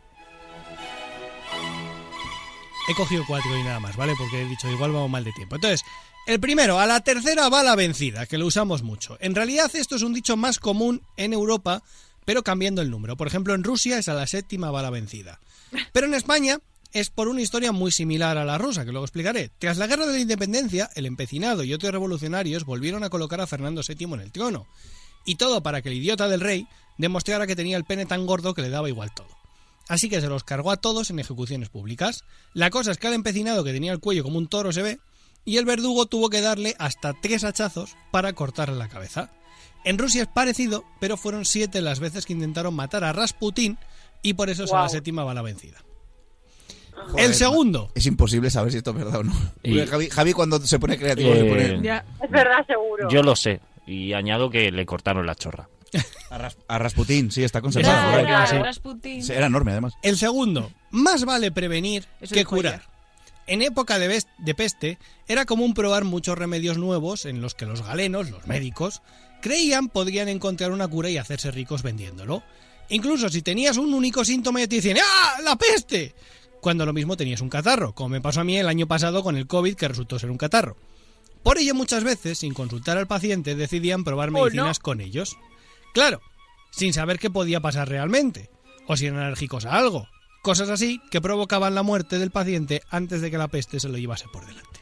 J: He cogido 4 y nada más, ¿vale? Porque he dicho, igual vamos mal de tiempo. Entonces, el primero, a la tercera va la vencida, que lo usamos mucho. En realidad esto es un dicho más común en Europa, pero cambiando el número. Por ejemplo, en Rusia es a la séptima va la vencida. Pero en España es por una historia muy similar a la rusa, que luego explicaré. Tras la Guerra de la Independencia, el empecinado y otros revolucionarios volvieron a colocar a Fernando VII en el trono. Y todo para que el idiota del rey demostrara que tenía el pene tan gordo que le daba igual todo. Así que se los cargó a todos en ejecuciones públicas. La cosa es que al empecinado, que tenía el cuello como un toro se ve, y el verdugo tuvo que darle hasta 3 hachazos para cortarle la cabeza. En Rusia es parecido, pero fueron 7 las veces que intentaron matar a Rasputín y por eso es a la séptima va la vencida.
A: Joder,
J: el segundo.
A: Es imposible saber si esto es verdad o no. Javi cuando se pone creativo se pone...
K: Es verdad, seguro.
B: Yo lo sé. Y añado que le cortaron la chorra.
A: A Rasputín, sí, está conservado.
I: Rasputín.
A: Era enorme, además.
J: El segundo. Más vale prevenir que curar. En época de peste, era común probar muchos remedios nuevos en los que los galenos, los médicos, creían podrían encontrar una cura y hacerse ricos vendiéndolo. Incluso si tenías un único síntoma y te dicen ¡ah, la peste!, cuando lo mismo tenías un catarro, como me pasó a mí el año pasado con el COVID, que resultó ser un catarro. Por ello, muchas veces, sin consultar al paciente, decidían probar medicinas con ellos. Claro, sin saber qué podía pasar realmente, o si eran alérgicos a algo. Cosas así que provocaban la muerte del paciente antes de que la peste se lo llevase por delante.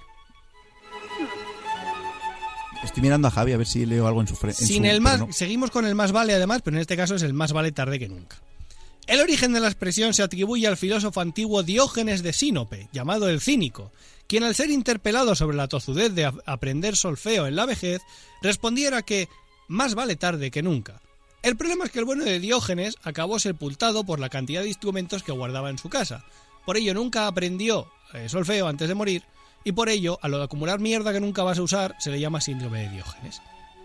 A: Estoy mirando a Javi a ver si leo algo en su frente.
J: Seguimos con el más vale además, pero en este caso es el más vale tarde que nunca. El origen de la expresión se atribuye al filósofo antiguo Diógenes de Sinope, llamado el Cínico, quien al ser interpelado sobre la tozudez de aprender solfeo en la vejez, respondiera que más vale tarde que nunca. El problema es que el bueno de Diógenes acabó sepultado por la cantidad de instrumentos que guardaba en su casa. Por ello nunca aprendió solfeo antes de morir, y por ello, a lo de acumular mierda que nunca vas a usar, se le llama síndrome de Diógenes.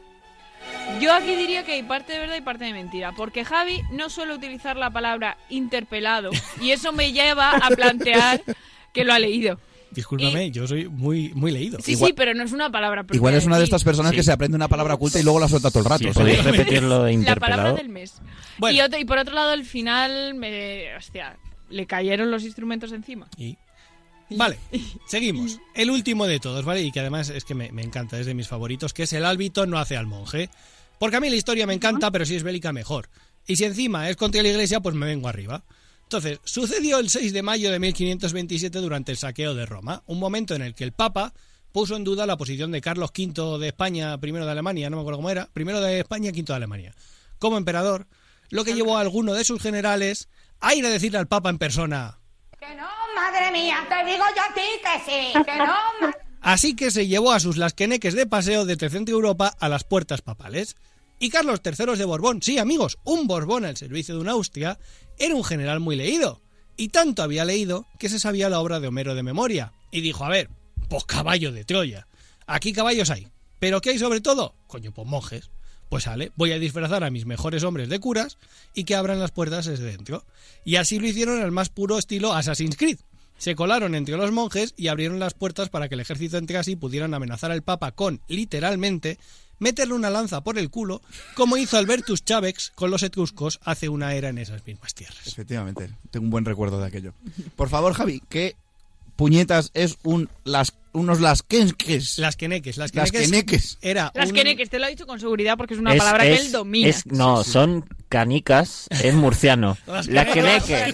I: Yo aquí diría que hay parte de verdad y parte de mentira, porque Javi no suele utilizar la palabra interpelado, y eso me lleva a plantear que lo ha leído.
J: Discúlpame, yo soy muy leído.
I: Sí, sí, pero no es una palabra propia.
A: Igual es una de estas personas que se aprende una palabra oculta y luego la suelta todo el rato.
B: Sí, ¿podéis repetirlo de interpelado?
I: La palabra del mes. Bueno. Y por otro lado, al final, le cayeron los instrumentos encima.
J: Vale, seguimos. El último de todos, ¿vale? Y que además es que me encanta, es de mis favoritos, que es el hábito no hace al monje. Porque a mí la historia me encanta, pero si es bélica mejor. Y si encima es contra la iglesia, pues me vengo arriba. Entonces, sucedió el 6 de mayo de 1527 durante el saqueo de Roma, un momento en el que el Papa puso en duda la posición de Carlos V de España, primero de Alemania, no me acuerdo cómo era, primero de España, quinto de Alemania, como emperador, lo que llevó a alguno de sus generales a ir a decirle al Papa en persona:
N: ¡que no, madre mía! ¡Te digo yo a ti que sí! ¡Que no!
J: Así que se llevó a sus lasqueneques de paseo desde Centro Europa a las puertas papales. Y Carlos III de Borbón, sí amigos, un Borbón al servicio de una Austria, era un general muy leído. Y tanto había leído que se sabía la obra de Homero de memoria. Y dijo, a ver, pues caballo de Troya. Aquí caballos hay. ¿Pero qué hay sobre todo? Coño, pues monjes. Pues sale, voy a disfrazar a mis mejores hombres de curas y que abran las puertas desde dentro. Y así lo hicieron al más puro estilo Assassin's Creed. Se colaron entre los monjes y abrieron las puertas para que el ejército entrase y pudieran amenazar al Papa con, literalmente, meterle una lanza por el culo, como hizo Albertus Chavex con los etruscos hace una era en esas mismas tierras.
A: Efectivamente, tengo un buen recuerdo de aquello. Por favor, Javi, ¿qué puñetas es unos lasqueneques?
J: Lasqueneques. Era
I: lasqueneques, te lo he dicho con seguridad porque es una palabra que él domina.
B: Son canicas es murciano. Las queneques.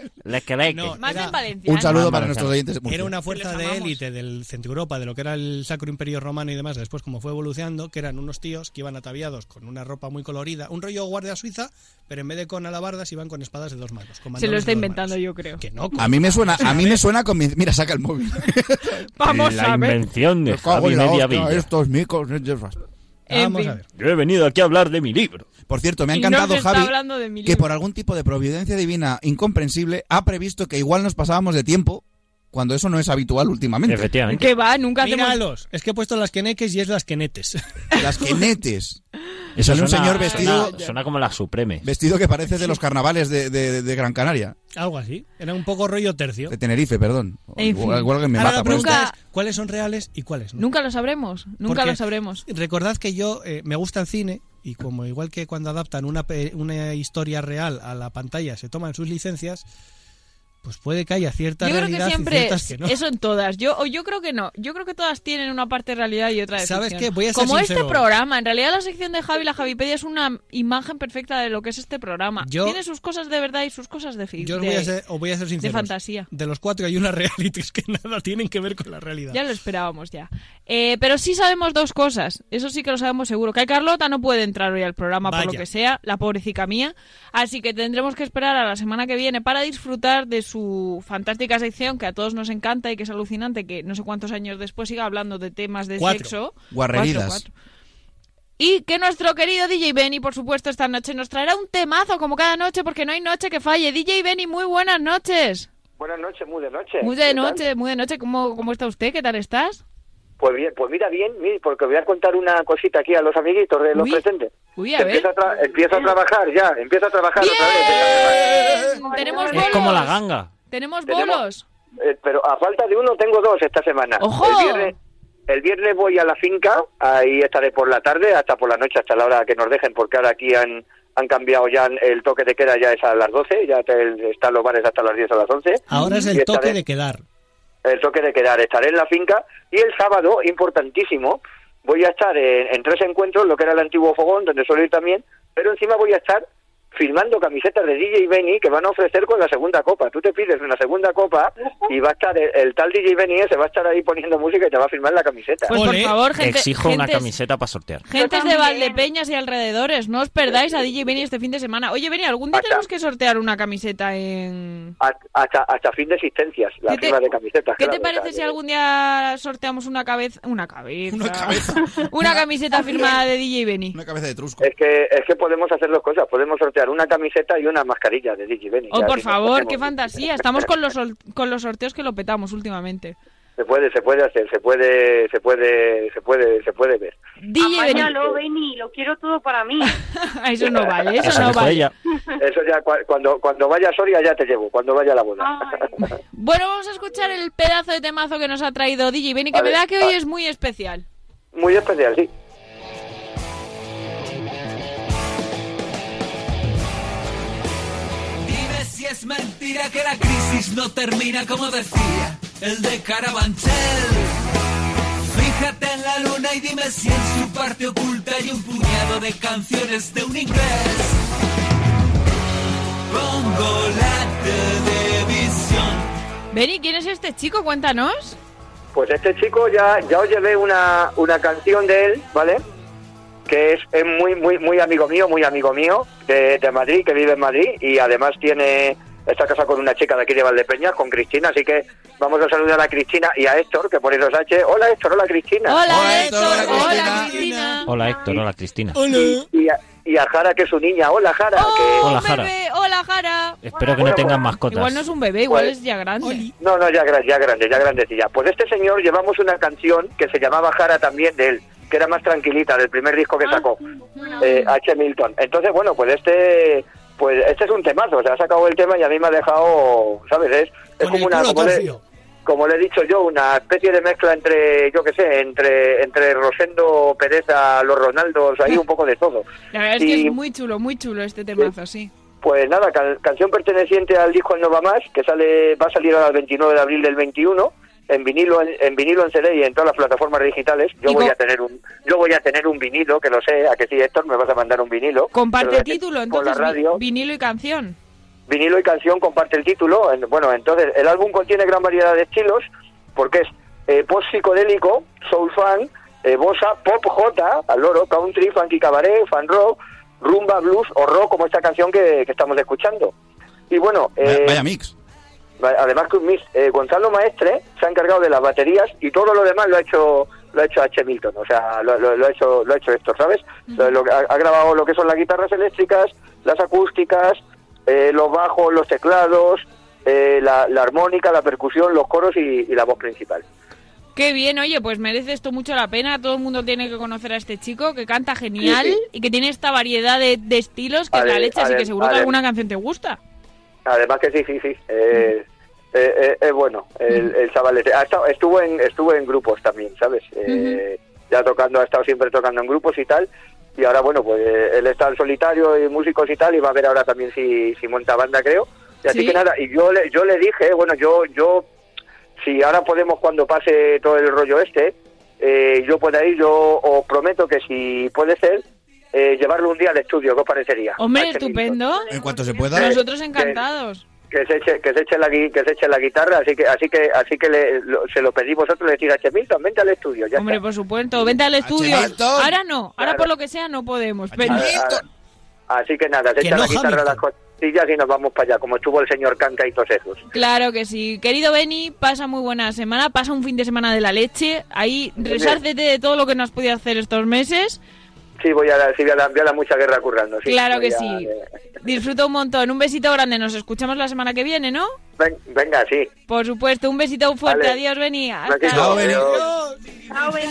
J: No,
I: Más
J: era-
I: en Valencia.
A: Un saludo
B: Más
A: para
B: valenciano.
A: nuestros oyentes.
J: Era
A: murcianos.
J: una fuerza de élite del Centro Europa, de lo que era el Sacro Imperio Romano y demás, después como fue evolucionando, que eran unos tíos que iban ataviados con una ropa muy colorida, un rollo guardia suiza, pero en vez de con alabardas iban con espadas de 2 manos. con
I: Se lo
J: mandobles
I: está
J: de 2
I: inventando,
J: manos.
I: yo creo.
J: Que no,
A: A mí me suena con mi... Mira, saca el móvil.
I: Vamos
B: la
I: a ver.
B: invención de
A: Me cago
B: Javi
A: en la hostia,
B: Mediavilla.
A: estos micos...
I: En
J: Vamos
I: fin.
J: a ver.
B: Yo he venido aquí a hablar de mi libro.
A: Por cierto, me ha
I: Y
A: encantado,
I: no se está
A: Javi,
I: hablando de mi
A: que
I: libro.
A: por algún tipo de providencia divina incomprensible ha previsto que igual nos pasábamos de tiempo cuando eso no es habitual últimamente.
B: Efectivamente.
I: ¿Qué va? Nunca hacemos...
J: Míralos, es que he puesto las queneques y es las quenetes.
A: Las quenetes. Y
B: Eso
A: sale un
B: suena-
A: señor vestido
B: Suena como la Supreme.
A: que parece de los carnavales de Gran Canaria.
J: Algo así. Era un poco rollo tercio.
A: De Tenerife, perdón.
I: En fin.
A: Igual que me
J: Ahora
A: mata.
J: la
A: por
J: pregunta
A: esto.
J: es, ¿cuáles son reales y cuáles no?
I: Nunca lo sabremos. Nunca
J: Porque
I: lo sabremos.
J: Recordad que yo me gusta el cine y como igual que cuando adaptan una historia real a la pantalla se toman sus licencias, pues puede que haya cierta
I: Yo creo que
J: realidad y
I: siempre
J: ciertas
I: es
J: que no.
I: eso en todas. Yo creo que no. Yo creo que todas tienen una parte de realidad y otra de
J: ¿Sabes
I: ficción.
J: qué? Voy a ser
I: Como
J: sincero.
I: este programa. En realidad la sección de Javi, la Javipedia, es una imagen perfecta de lo que es este programa.
J: Yo-
I: Tiene sus cosas de verdad y sus cosas de
J: Yo os voy a ser sincero.
I: de fantasía.
J: De los 4 hay unas realities que nada tienen que ver con la realidad.
I: Ya lo esperábamos ya. Pero sí sabemos 2 cosas. Eso sí que lo sabemos seguro. Que Carlota no puede entrar hoy al programa por lo
J: Vaya.
I: que sea, la pobrecita mía. Así que tendremos que esperar a la semana que viene para disfrutar de su fantástica sección que a todos nos encanta y que es alucinante que no sé cuántos años después siga hablando de temas de
J: 4.
I: sexo.
A: Guarreridas.
I: 4. Y que nuestro querido DJ Benny, por supuesto, esta noche nos traerá un temazo como cada noche porque no hay noche que falle. DJ Benny, muy buenas noches.
O: Buenas noches, muy de noche.
I: Muy de noche, muy de noche. ¿Cómo está usted? ¿Qué tal estás?
O: Pues bien, pues mira bien, porque voy a contar una cosita aquí a los amiguitos de los
I: Uy.
O: presentes.
I: Uy, a ver.
O: Empiezo a trabajar ya, empiezo a trabajar otra vez.
I: Tenemos
B: Es
I: bolos.
B: como la ganga.
I: Tenemos
O: Tenemos-
I: bolos.
O: Pero a falta de uno tengo 2 esta semana.
I: ¡Ojo!
O: El viernes voy a la finca, ahí estaré por la tarde, hasta por la noche, hasta la hora que nos dejen, porque ahora aquí han cambiado ya el toque de queda, ya es a las 12, ya están los bares hasta las 10 o las 11.
J: Ahora es
O: Y
J: el toque
O: estaré-
J: de quedar.
O: El toque de quedar, estaré en la finca y el sábado, importantísimo, voy a estar en 3 encuentros, lo que era el antiguo fogón, donde suelo ir también, pero encima voy a estar firmando camisetas de DJ Benny que van a ofrecer con la segunda copa. Tú te pides una segunda copa y va a estar el tal DJ Benny se va a estar ahí poniendo música y te va a firmar la camiseta.
I: Pues por favor, gente,
B: Exijo una
I: gentes-
B: camiseta para sortear.
I: gentes de Valdepeñas y alrededores, no os perdáis a DJ Benny este fin de semana. Oye, Benny, algún día tenemos que sortear una camiseta en...
O: Hasta fin de existencias, la
I: ¿Qué te-
O: firma de camisetas.
I: ¿Qué
O: claro,
I: te
O: o
I: parece
O: sea,
I: si
O: que-
I: algún día sorteamos una cabeza? Una camiseta firmada de DJ Benny.
A: Una cabeza de trusco.
O: Es que podemos hacer 2 cosas, podemos sortear una camiseta y una mascarilla de DJ Benny.
I: Oh,
O: Ya,
I: por
O: si nos
I: favor,
O: ponemos-
I: qué fantasía. Estamos con los sorteos que lo petamos últimamente.
O: Se puede hacer, se puede ver.
I: DJ Benny.
K: Apáñalo, Benny, lo quiero todo para mí.
I: Eso no vale, eso no
B: dijo
I: vale.
B: ella.
O: Eso ya cuando vaya a Soria ya te llevo, cuando vaya a la boda.
I: Bueno, vamos a escuchar el pedazo de temazo que nos ha traído DJ Benny, que
O: A
I: me
O: ver,
I: da que hoy es muy especial.
O: Muy especial, sí.
P: Dime si es mentira que la crisis no termina como decía el de Carabanchel. Fíjate en la luna y dime si en su parte oculta hay un puñado de canciones de un inglés. Pongo la televisión.
I: Benny, ¿quién es este chico? Cuéntanos.
O: Pues este chico ya os llevé una canción de él, ¿vale? Que es muy amigo mío de Madrid, que vive en Madrid y además está casado con una chica de aquí de Valdepeñas, con Cristina, así que vamos a saludar a Cristina y a Héctor, que por esos H. Hola Héctor, hola Cristina.
I: Hola Héctor, hola Cristina.
B: Hola Héctor, hola Cristina.
O: Y a Jara, que es su niña. Hola Jara.
B: Hola Jara.
I: Bebé, hola Jara.
B: Espero que no tengan mascotas.
I: Igual no es un bebé, igual
O: Pues-
I: es ya grande.
O: No, ya grandecilla. Pues este señor llevamos una canción que se llamaba Jara también de él, que era más tranquilita, del primer disco que sacó, H. Milton. Entonces, bueno, pues este es un temazo, se ha sacado el tema y a mí me ha dejado, ¿sabes? Es como una... Como le he dicho yo, una especie de mezcla entre Rosendo, Pereza, los Ronaldos, ahí un poco de todo.
I: La verdad es que es muy chulo este temazo, sí.
O: Pues nada, canción perteneciente al disco El No Va Más, que va a salir ahora el 29 de abril del 21, en vinilo, en CD y en todas las plataformas digitales. Yo voy a tener un vinilo, que lo sé, a que sí, Héctor, me vas a mandar un vinilo.
I: Comparte título, entonces,
O: la radio.
I: Vinilo y canción.
O: Vinilo y canción, comparte el título. Bueno, entonces el álbum contiene gran variedad de estilos, porque es post-psicodélico, soul funk, bossa, pop, jota, al loro, country, funky cabaret, fan rock, rumba, blues o rock, como esta canción que estamos escuchando. Y bueno...
A: vaya mix.
O: Además que un mix. Gonzalo Maestre se ha encargado de las baterías y todo lo demás lo ha hecho H. Milton, o sea, lo ha hecho Héctor, ¿sabes? Ha grabado lo que son las guitarras eléctricas, las acústicas, los bajos, los teclados, la armónica, la percusión, los coros y la voz principal.
I: Qué bien, oye, pues merece esto mucho la pena. Todo el mundo tiene que conocer a este chico, que canta genial y que tiene esta variedad de estilos que es la leche, así que seguro que alguna canción te gusta. Además que sí.
O: Es bueno, el chaval estuvo en grupos también, ¿sabes? Ya tocando, ha estado siempre tocando en grupos y tal, y ahora bueno, pues él está en solitario y músicos y tal, y va a ver ahora también si monta banda, creo. Y así que nada, y yo le dije, bueno, yo si ahora podemos, cuando pase todo el rollo yo pueda ir, yo os prometo que si puede ser, llevarlo un día al estudio, ¿qué os parecería?
I: Hombre, estupendo.
A: En cuanto se pueda.
I: Nosotros encantados.
O: Que se eche la guitarra, así que se lo pedí vosotros, le decís a H. Milton, vente al estudio. Ya
I: hombre,
O: está.
I: Por supuesto, vente al estudio. Ahora no, ahora por lo que sea no podemos.
O: Así que nada, se echa la guitarra a las costillas y nos vamos para allá, como estuvo el señor Canca y todos esos.
I: Claro que sí. Querido Beni, pasa muy buena semana, pasa un fin de semana de la leche, ahí resárcete de todo lo que no has podido hacer estos meses.
O: Sí, voy a dar mucha guerra currando. Sí,
I: claro que sí. Disfruta un montón. Un besito grande. Nos escuchamos la semana que viene, ¿no?
O: Venga, sí.
I: Por supuesto. Un besito fuerte. Vale. Adiós, Beni.
O: Chao, Beni.
I: Chao, Beni.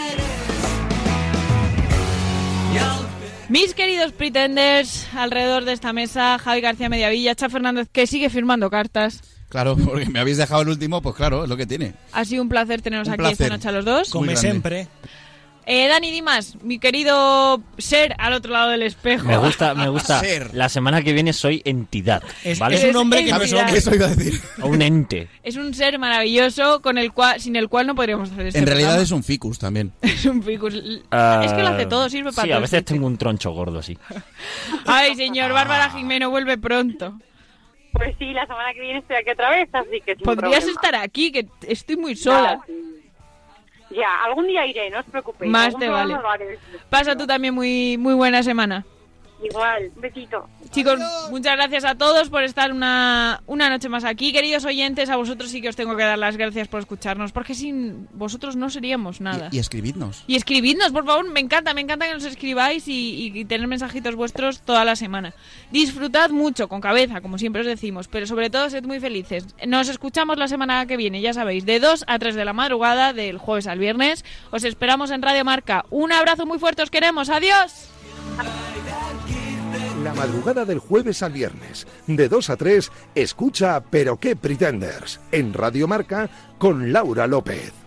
I: Mis queridos pretenders, alrededor de esta mesa, Javi García Mediavilla, Cha Fernández, que sigue firmando cartas.
A: Claro, porque me habéis dejado el último, pues claro, es lo que tiene.
I: Ha sido un placer teneros aquí esta noche a los dos.
J: Como siempre.
I: Dani Dimas, mi querido ser al otro lado del espejo.
B: Me gusta. Ser. La semana que viene soy entidad, ¿vale?
J: Es un hombre que no es hombre.
A: Eso iba a decir.
B: O un ente.
I: Es un ser maravilloso sin el cual no podríamos hacer este
A: En realidad
I: programa.
A: es un ficus también.
I: Es un ficus. Es que lo hace todo, sirve para todo.
B: Sí, a veces tengo un troncho gordo, sí.
I: Ay, señor, Bárbara Jimeno vuelve pronto.
K: Pues sí, la semana que viene estoy aquí otra vez, así que...
I: Podrías estar aquí, que estoy muy sola.
K: Ya, algún día iré, no os preocupéis.
I: Más te vale. Pasa tú también muy buena semana.
K: Igual, besito.
I: Chicos, muchas gracias a todos por estar una noche más aquí. Queridos oyentes, a vosotros sí que os tengo que dar las gracias por escucharnos, porque sin vosotros no seríamos nada.
A: Y escribidnos.
I: Y escribidnos, por favor, me encanta que nos escribáis y tener mensajitos vuestros toda la semana. Disfrutad mucho, con cabeza, como siempre os decimos, pero sobre todo sed muy felices. Nos escuchamos la semana que viene, ya sabéis, de 2 a 3 de la madrugada, del jueves al viernes. Os esperamos en Radio Marca. Un abrazo muy fuerte, os queremos. ¡Adiós!
H: La madrugada del jueves al viernes, de 2 a 3, escucha Pero qué Pretenders, en Radio Marca, con Laura López.